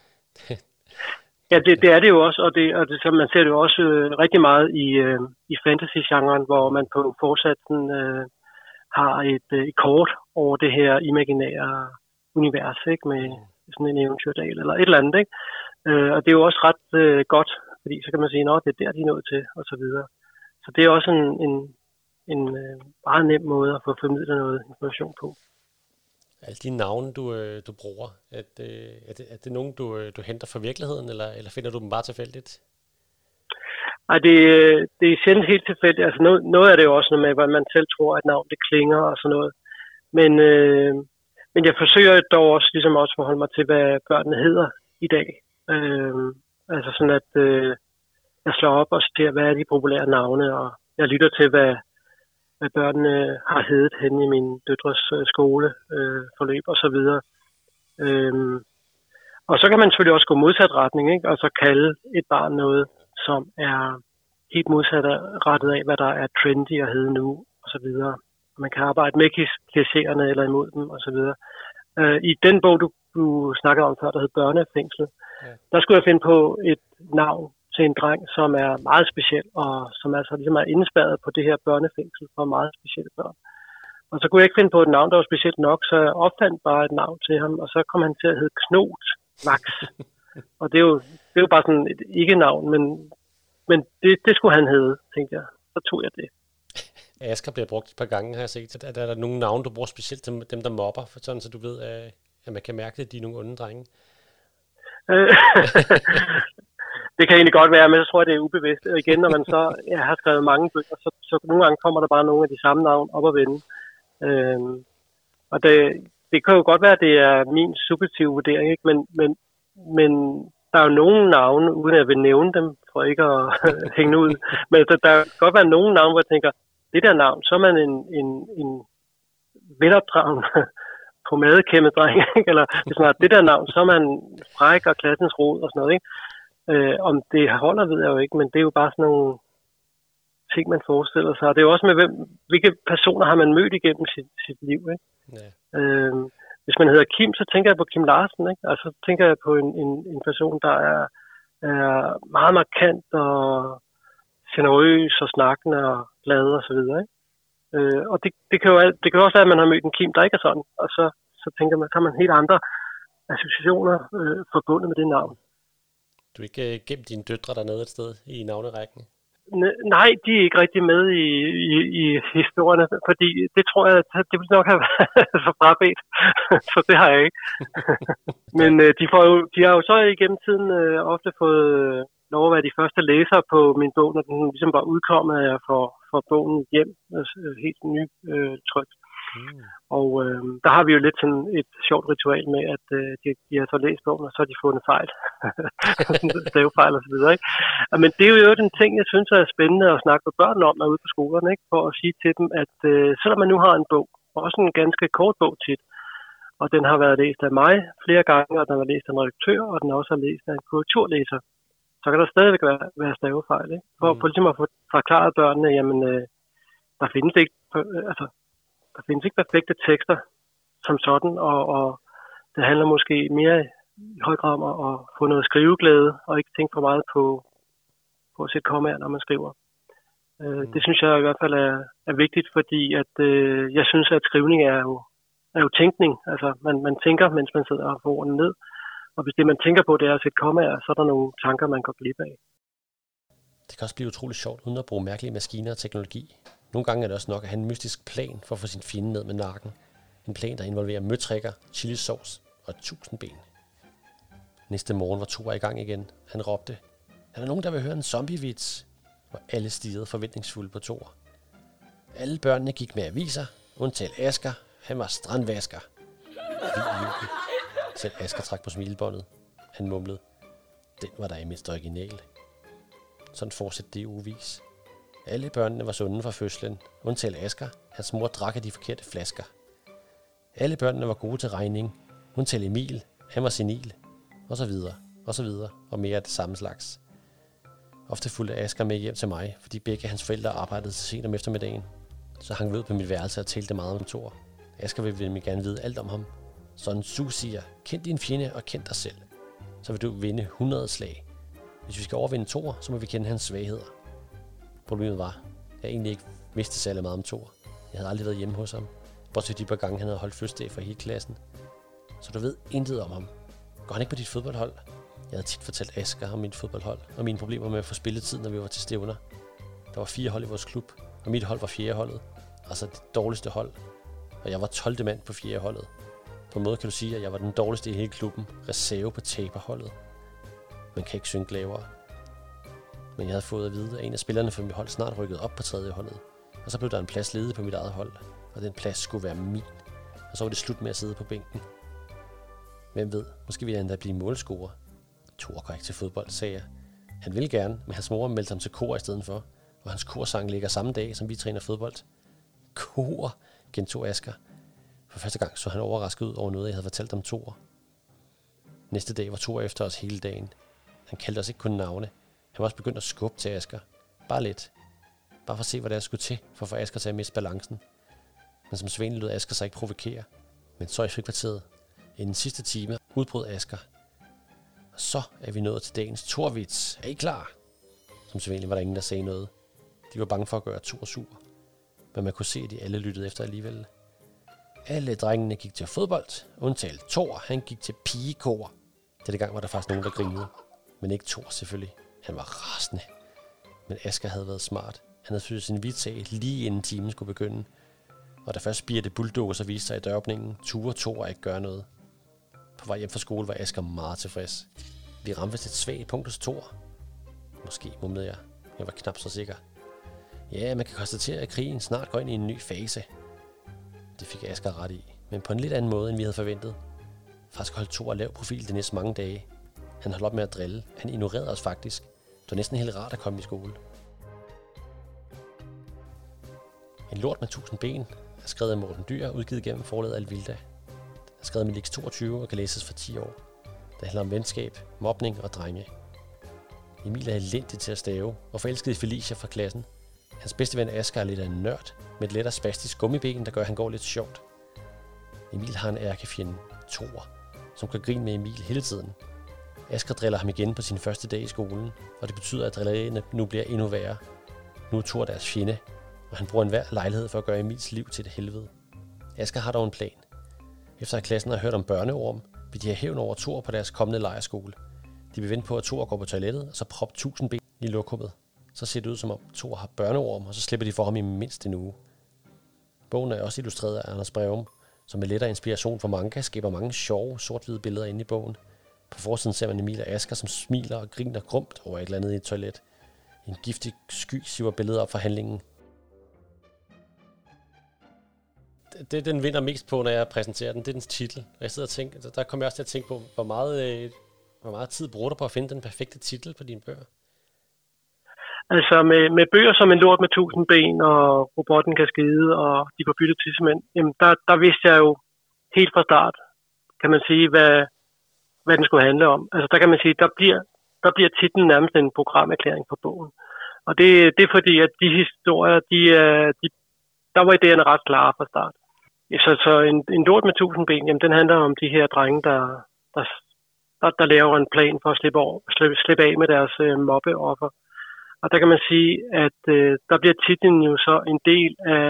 ja, det, det er det jo også, og, det, og det, så man ser det jo også øh, rigtig meget i, øh, i fantasy-genren, hvor man på forsatsen øh, har et, øh, et kort over det her imaginære univers, ikke, med sådan en eventyrdal eller et eller andet, ikke? Øh, og det er jo også ret øh, godt, fordi så kan man sige, nå, det er der, de er nået til, og så videre. Så det er også en, en en øh, meget nem måde at få formidlet noget information på. Alle de navne, du, øh, du bruger, er det, er, det, er det nogen, du, øh, du henter fra virkeligheden, eller, eller finder du dem bare tilfældigt? Nej, det, det er sjældent helt tilfældigt. Altså noget, noget af det er jo også noget med, hvad man selv tror, at navn det klinger og sådan noget. Men, øh, men jeg forsøger dog også ligesom også forholde mig til, hvad børnene hedder i dag. Øh, altså sådan, at øh, jeg slår op og ser, hvad er de populære navne, og jeg lytter til, hvad hvad børnene har heddet hen i min døtres øh, skoleforløb øh, og så videre. Øhm, og så kan man selvfølgelig også gå modsat retning, ikke? Og så kalde et barn noget, som er helt modsat rettet af, hvad der er trendy at hedde nu og så videre. Man kan arbejde med klichéerne eller imod dem og så videre. Øh, I den bog, du, du snakkede om før, der hed Børnefængslet, ja. Der skulle jeg finde på et navn til en dreng, som er meget speciel, og som altså ligesom er indespærret på det her børnefængsel for meget specielle børn. Og så kunne jeg ikke finde på et navn, der var specielt nok, så jeg opfandt bare et navn til ham, og så kom han til at hedde Knot Max. Og det er, jo, det er jo bare sådan et ikke-navn, men, men det, det skulle han hedde, tænkte jeg. Så tog jeg det. Asger bliver brugt et par gange, har jeg set. Er der, er der nogle navne, du bruger specielt til dem, der mobber, for sådan så du ved, at man kan mærke, at de er nogle onde drenge? Det kan egentlig godt være, men så tror jeg, det er ubevidst. Og igen, når man så ja, har skrevet mange bøger, så, så nogle gange kommer der bare nogle af de samme navn op at vende. Øhm, og det, det kan jo godt være, at det er min subjektive vurdering, ikke? Men, men, men der er jo nogle navne, uden at jeg vil nævne dem, for ikke at hænge ud. Men der, der kan godt være nogle navne, hvor jeg tænker, det der navn, så er man en, en, en velopdragen pomadekæmmet dreng, eller hvis man har det der navn, så er man fræk og klassens rod og sådan noget, ikke? Øh, om det holder, ved jeg jo ikke, men det er jo bare sådan nogle ting, man forestiller sig. Og det er jo også med, hvem, hvilke personer har man mødt igennem sit, sit liv, ikke? Ja. Øh, hvis man hedder Kim, så tænker jeg på Kim Larsen, ikke? Altså så tænker jeg på en, en, en person, der er, er meget markant og generøs og snakkende og glad og så videre, ikke? Øh, og det, det, kan jo, det kan jo også være, at man har mødt en Kim, der ikke er sådan, og så, så tænker man, så har man helt andre associationer øh, forbundet med det navn. Du er ikke uh, gemt dine døtre dernede et sted i navnerækken? N- nej, de er ikke rigtig med i, i, i historierne, fordi det tror jeg, det vil nok have været for frabedt, så det har jeg ikke. Men øh, de, får jo, de har jo så igennem tiden øh, ofte fået øh, lov at være de første læsere på min bog, når den ligesom var udkommet, at jeg får, får bogen hjem, øh, helt ny øh, trykt. Mm. Og øh, der har vi jo lidt sådan et sjovt ritual med, at øh, de, de har så læst bogen, og så har de fundet fejl. Stavefejl og så videre, ikke? Men det er jo den ting, jeg synes er spændende at snakke med børn om, når ude på skolerne, ikke? For at sige til dem, at øh, selvom man nu har en bog, også en ganske kort bog tit, og den har været læst af mig flere gange, og den har læst af en redaktør, og den også har læst af en korrekturlæser, så kan der stadigvæk være, være stavefejl, ikke? For, mm. for ligesom at få forklaret børnene, jamen, øh, der findes ikke, øh, altså, der findes ikke perfekte tekster som sådan, og, og det handler måske mere i høj grad om at få noget skriveglæde, og ikke tænke for meget på, på at sætte kommaer, når man skriver. Mm. Øh, det synes jeg i hvert fald er, er vigtigt, fordi at, øh, jeg synes, at skrivning er jo, er jo tænkning. Altså, man, man tænker, mens man sidder og får ordene ned. Og hvis det, man tænker på, det er at sætte kommaer, så er der nogle tanker, man går glip af. Det kan også blive utroligt sjovt, uden at bruge mærkelige maskiner og teknologi. Nogle gange er det også nok at have en mystisk plan for at få sin fjende ned med nakken. En plan, der involverer møtrikker, chilisauce og tusind ben. Næste morgen var Thor i gang igen. Han råbte, er der nogen, der vil høre en zombievits? Hvor alle stirrede forventningsfulde på Thor. Alle børnene gik med aviser, undtagen Asger. Han var strandvasker. Selv Asger trak på smilebåndet. Han mumlede, den var der i mindst original. Sådan fortsatte det i ugevis. Alle børnene var sunde fra fødslen, undtagen Asger. Hans mor drak af de forkerte flasker. Alle børnene var gode til regning, undtagen Emil. Han var senil. Og så videre, og så videre, og mere af det samme slags. Ofte fulgte Asger med hjem til mig, fordi begge hans forældre arbejdede til sent om eftermiddagen. Så hang vi ud på mit værelse og talte meget om Thor. Asger ville mig gerne vide alt om ham. Sådan Su siger, kend din fjende og kend dig selv. Så vil du vinde hundrede slag. Hvis vi skal overvinde Thor, så må vi kende hans svagheder. Problemet var, at jeg egentlig ikke vidste særlig meget om Thor. Jeg havde aldrig været hjemme hos ham, bortset de par gange, han havde holdt fødselsdag for hele klassen. Så du ved intet om ham. Går han ikke på dit fodboldhold? Jeg havde tit fortalt Asger om mit fodboldhold, og mine problemer med at få spilletid, når vi var til stævner. Der var fire hold i vores klub, og mit hold var fjerde holdet. Altså det dårligste hold. Og jeg var tolvte mand på fjerde holdet. På en måde kan du sige, at jeg var den dårligste i hele klubben. Reserve på taberholdet. Man kan ikke synge lavere. Men jeg havde fået at vide, at en af spillerne for mit hold snart rykkede op på tredje holdet. Og så blev der en plads ledig på mit eget hold. Og den plads skulle være min. Og så var det slut med at sidde på bænken. Hvem ved, måske ville jeg endda blive målscorer. Thor går ikke til fodbold, sagde jeg. Han ville gerne, men hans mor meldte ham til kor i stedet for. Og hans korsang ligger samme dag, som vi træner fodbold. Kor, gentog Asger. For første gang så han overrasket ud over noget, jeg havde fortalt om Thor. Næste dag var Thor efter os hele dagen. Han kaldte os ikke kun navne. Han var også begyndt at skubbe til Asger. Bare lidt. Bare for at se, hvad der skulle til, for at få Asger til at miste balancen. Men som sædvanlig lød Asger sig ikke provokere. Men så i frikvarteret, i den sidste time, udbrød Asger. Og så er vi nået til dagens Thorvits. Er I klar? Som sædvanlig var der ingen, der sagde noget. De var bange for at gøre Thor sur. Men man kunne se, at de alle lyttede efter alligevel. Alle drengene gik til fodbold, undtagen Thor, han gik til pigekor. Denne gang var der faktisk nogen, der grinede. Men ikke Thor selvfølgelig. Han var rasende. Men Asger havde været smart. Han havde fyldt sin vits af lige inden timen skulle begynde. Og da først spirte bulldozer viste sig i døråbningen, turde Thor ikke gøre noget. På vej hjem fra skole var Asger meget tilfreds. Vi ramte vist et svagt punkt hos Thor. Måske, mumlede jeg. Jeg var knap så sikker. Ja, man kan konstatere, at krigen snart går ind i en ny fase. Det fik Asger ret i, men på en lidt anden måde, end vi havde forventet. Faktisk holdt Thor lav profil de næste mange dage. Han holdt op med at drille. Han ignorerede os faktisk. Det var næsten helt rart at komme i skole. En lort med tusind ben er skrevet af Morten Dyr, udgivet gennem forlaget Alvilda. Den er skrevet med Lix toogtyve og kan læses for ti år. Det handler om venskab, mobning og drenge. Emil er elendig til at stave og forelsket i Felicia fra klassen. Hans bedste ven Asger er lidt af en nørd med et let og spastisk gummiben, der gør, at han går lidt sjovt. Emil har en ærkefjende, Thor, som kan grine med Emil hele tiden. Asger driller ham igen på sin første dag i skolen, og det betyder, at drillerierne nu bliver endnu værre. Nu er Thor deres fjende, og han bruger enhver lejlighed for at gøre Emils liv til et helvede. Asger har dog en plan. Efter at klassen har hørt om børneorm, vil de have hævn over Thor på deres kommende lejrskole. De vil vente på, at Thor går på toilettet, og så proppe tusind ben i lokummet. Så ser det ud, som om Thor har børneorm, og så slipper de for ham i mindst en uge. Bogen er også illustreret af Anders Breum, som med lettere inspiration for manga skaber mange sjove, sort-hvide billeder inde i bogen. På forsiden ser man Emil og Asger, som smiler og griner grumt over et eller andet i et toilet. En giftig sky siver billeder op fra handlingen. Det, den vinder mest på, når jeg præsenterer den, det er dens titel. Og jeg sidder og tænker, der kommer jeg også til at tænke på, hvor meget, øh, hvor meget tid bruger du på at finde den perfekte titel på dine bøger? Altså med, med bøger som En lort med tusind ben, og Robotten kan skide, og De forbyttede tissemænd, jamen der, der vidste jeg jo helt fra start, kan man sige, hvad, hvad den skulle handle om. Altså der kan man sige, der bliver, der bliver titlen nærmest en programerklæring på bogen. Og det, det er fordi, at de historier, de, de, der var idéerne ret klare fra start. Så, så en, en lort med tusind ben, jamen den handler om de her drenge, der, der, der, der laver en plan for at slippe, over, slippe, slippe af med deres øh, mobbeoffer. Og der kan man sige, at øh, der bliver titlen jo så en del af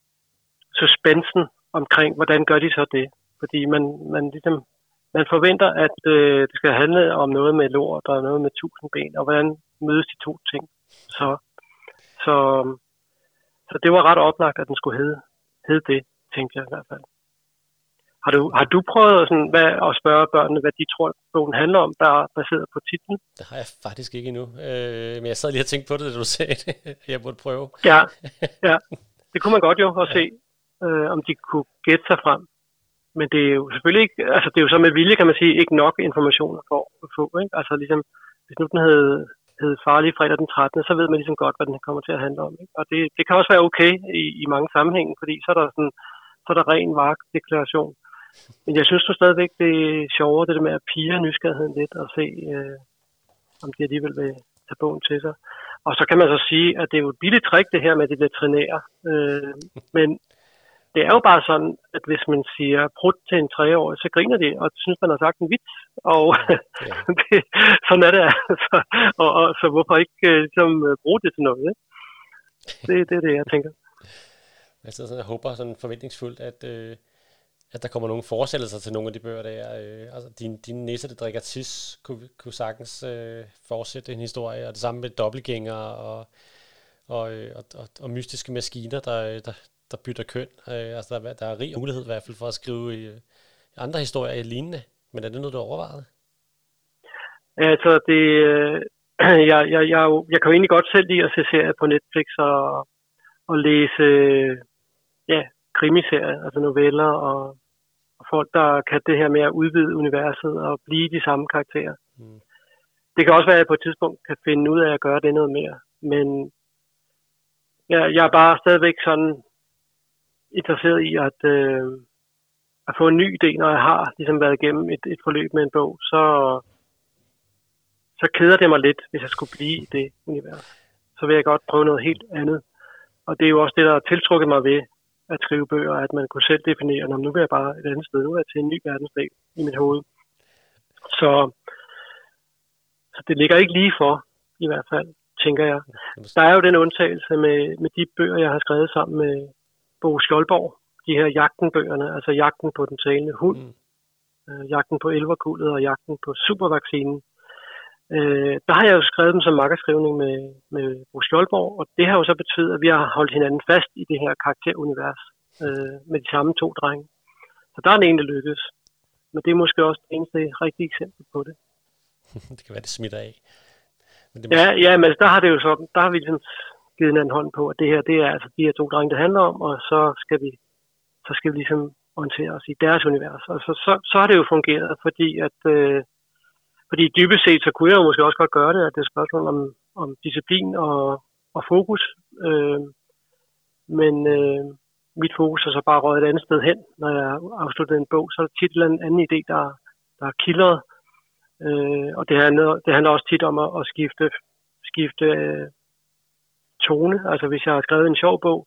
suspensen omkring, hvordan gør de så det. Fordi man, man, ligesom, man forventer, at øh, det skal handle om noget med lort og noget med tusind ben, og hvordan mødes de to ting. Så, så, så det var ret oplagt, at den skulle hedde, hedde det, tænkte jeg i hvert fald. Har du, har du prøvet sådan, hvad, at spørge børnene, hvad de tror, bogen handler om, der er baseret på titlen? Det har jeg faktisk ikke endnu. Øh, men jeg sad lige og tænkte på det, da du sagde det. Jeg burde prøve. Ja, ja, det kunne man godt jo at se, øh, om de kunne gætte sig frem. Men det er jo selvfølgelig ikke, altså det er jo så med vilje, kan man sige, ikke nok informationer for at få. Ikke? Altså ligesom, hvis nu den hed, hed Farlig fredag den trettende, så ved man ligesom godt, hvad den kommer til at handle om. Ikke? Og det, det kan også være okay i, i mange sammenhænge, fordi så er der sådan, så er der ren vagtdeklaration. Men jeg synes du stadigvæk, det er sjovere, det der med at pire nysgerrigheden lidt og se, øh, om de alligevel vil tage bogen til sig. Og så kan man så sige, at det er jo et billigt trick, det her med de lidt trænerer. Øh, men det er jo bare sådan, at hvis man siger prut til en treårig, så griner de, og synes, man har sagt en vits. Og ja. det, sådan er det altså. Og, og så hvorfor ikke øh, ligesom, bruge det til noget? Ikke? Det, det er det, jeg tænker. Jeg sidder sådan og håber sådan forventningsfuldt, at... Øh at der kommer nogle fortsættelser til nogle af de bøger, der er. Øh, altså, din, din næse, der drikker tis, kunne, kunne sagtens øh, fortsætte en historie, og det samme med dobbeltgænger og, og, og, og, og mystiske maskiner, der, der, der bytter køn. Øh, altså, der, der er rig mulighed i hvert fald for at skrive i, øh, andre historier i lignende. Men er det noget, du har overvejet? Altså, det, øh, jeg, jeg, jeg, jeg kan jo egentlig godt selv lide at se serier på Netflix og, og læse ja, krimiserier, altså noveller og og folk, der kan det her med at udvide universet og blive de samme karakterer. Mm. Det kan også være, at jeg på et tidspunkt kan finde ud af at gøre det noget mere. Men jeg, jeg er bare stadigvæk sådan interesseret i at, øh, at få en ny idé, når jeg har ligesom været igennem et, et forløb med en bog. Så, så keder det mig lidt, hvis jeg skulle blive i det univers. Så vil jeg godt prøve noget helt andet. Og det er jo også det, der har tiltrukket mig ved at skrive bøger, at man kunne selv definere, om nu vil jeg bare et andet sted, nu er jeg til en ny verdensdel i mit hoved. Så, så det ligger ikke lige for, i hvert fald, tænker jeg. Der er jo den undtagelse med, med de bøger, jeg har skrevet sammen med Bo Skjoldborg, de her Jagten-bøgerne, altså Jagten på den talende hund, mm. Jagten på elverkuldet og Jagten på supervaccinen. Øh, der har jeg jo skrevet dem som makkerskrivning med, med Bo Skjoldborg, og det har jo så betydet, at vi har holdt hinanden fast i det her karakterunivers øh, med de samme to drenge. Så der er en egentlig lykkedes. Men det er måske også det eneste rigtige eksempel på det. Det kan være, det smitter af. Men det må... Ja, ja, men der har det jo sådan, der har vi ligesom givet en anden hånd på, at det her, det er altså de her to drenge, det handler om, og så skal vi, så skal vi ligesom orientere os i deres univers. Og så, så, så har det jo fungeret, fordi at øh, Fordi dybest set, så kunne jeg jo måske også godt gøre det, at det er et spørgsmål om, om disciplin og, og fokus. Øh, men øh, mit fokus er så bare røget et andet sted hen, når jeg afslutter en bog. Så er der tit en anden idé, der, der er kildret. Øh, og det handler, det handler også tit om at, at skifte, skifte øh, tone. Altså hvis jeg har skrevet en sjov bog,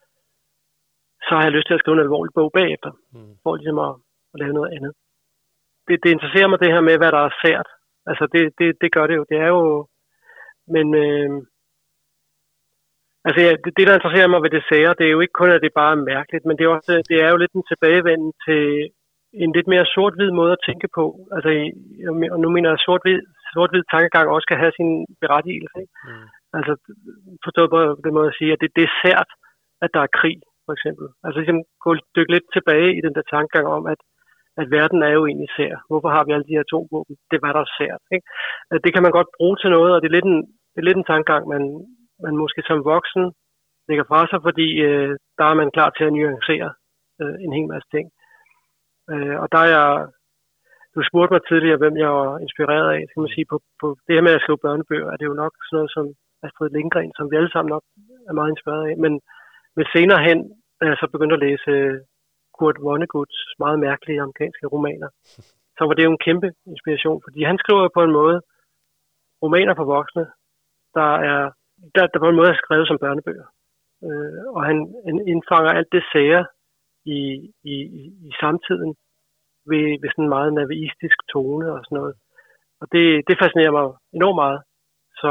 så har jeg lyst til at skrive en alvorlig bog bagefter. Mm. For ligesom at, at lave noget andet. Det, det interesserer mig det her med, hvad der er sært. Altså det, det, det gør det jo. Det er jo... Men... Øh, altså ja, det, det, der interesserer mig ved det sære, det er jo ikke kun, at det bare er mærkeligt, men det er, også, det er jo lidt en tilbagevenden til en lidt mere sort-hvid måde at tænke på. Altså, og nu mener jeg, at sort-hvid, sort-hvid tankegang også skal have sin berettigelse. Ikke? Mm. Altså, forstået på den måde at sige, at det, det er sært, at der er krig, for eksempel. Altså, ligesom gå dykke lidt tilbage i den der tankegang om, at, at verden er jo egentlig sær. Hvorfor har vi alle de her atomvåben? Det var der sært. Ikke? Det kan man godt bruge til noget, og det er lidt en, det er lidt en tankegang, man, man måske som voksen lægger fra sig, fordi øh, der er man klar til at nuancere øh, en hel masse ting. Øh, og der er jeg, du spurgte mig tidligere, hvem jeg var inspireret af, skal man sige, på, på det her med at skrive børnebøger, er det jo nok sådan noget som Astrid Lindgren, som vi alle sammen nok er meget inspireret af, men, men senere hen, da jeg så begyndte at læse Kurt Vonnegut's meget mærkelige amerikanske romaner, så var det jo en kæmpe inspiration, fordi han skriver på en måde romaner for voksne, der er der, der på en måde er skrevet som børnebøger. Øh, og han, han indfanger alt det sære i, i, i samtiden ved, ved sådan en meget naivistisk tone og sådan noget. Og det, det fascinerer mig enormt meget. Så,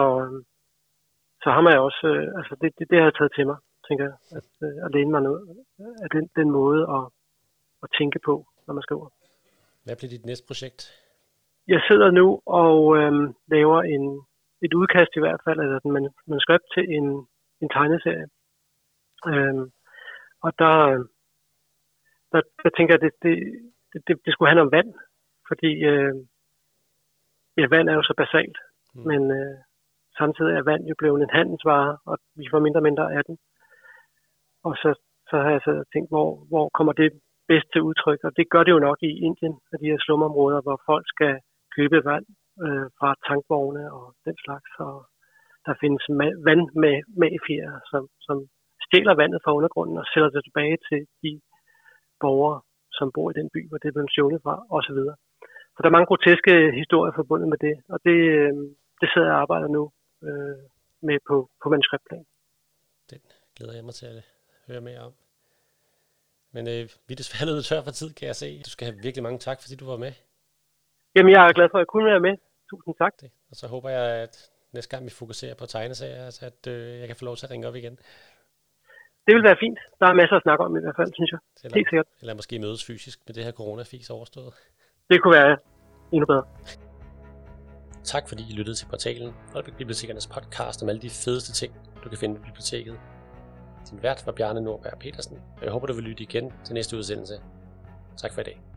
så har man også, øh, altså det, det, det har jeg taget til mig, tænker jeg, at, øh, at læne mig noget af den, den måde at, at tænke på, når man skriver. Hvad bliver dit næste projekt? Jeg sidder nu og øh, laver en, et udkast i hvert fald, altså en manuskript til en, en tegneserie. Øh, og der, der, der tænker jeg, at det, det, det, det skulle handle om vand, fordi øh, ja, vand er jo så basalt, mm. men øh, samtidig er vand jo blevet en handelsvare, og vi får mindre og mindre af den. Og så, så har jeg så tænkt, hvor, hvor kommer det bedst til udtryk, og det gør det jo nok i Indien, af de her slumområder, hvor folk skal købe vand øh, fra tankvogne og den slags, og der findes ma- vand med mafier, som, som stjæler vandet fra undergrunden og sælger det tilbage til de borgere, som bor i den by, hvor det er blevet stjålet fra, osv. Så der er mange groteske historier forbundet med det, og det, øh, det sidder jeg og arbejder nu øh, med på, på manuskriptplan. Den glæder jeg mig til at høre mere om. Men øh, vi er desværre løbet tør for tid, kan jeg se. Du skal have virkelig mange tak, fordi du var med. Jamen, jeg er glad for, at jeg kunne være med. Tusind tak. Det. Og så håber jeg, at næste gang vi fokuserer på tegneserier, altså at øh, jeg kan få lov til at ringe op igen. Det vil være fint. Der er masser at snakke om i hvert fald, synes jeg. Eller, helt sikkert. Eller måske mødes fysisk med det her coronafis overstået. Det kunne være endnu bedre. Tak fordi I lyttede til portalen Holbæk Bibliotekernes podcast om alle de fedeste ting, du kan finde på biblioteket. Din vært var Bjarne Nordberg Petersen, og jeg håber, du vil lytte igen til næste udsendelse. Tak for i dag.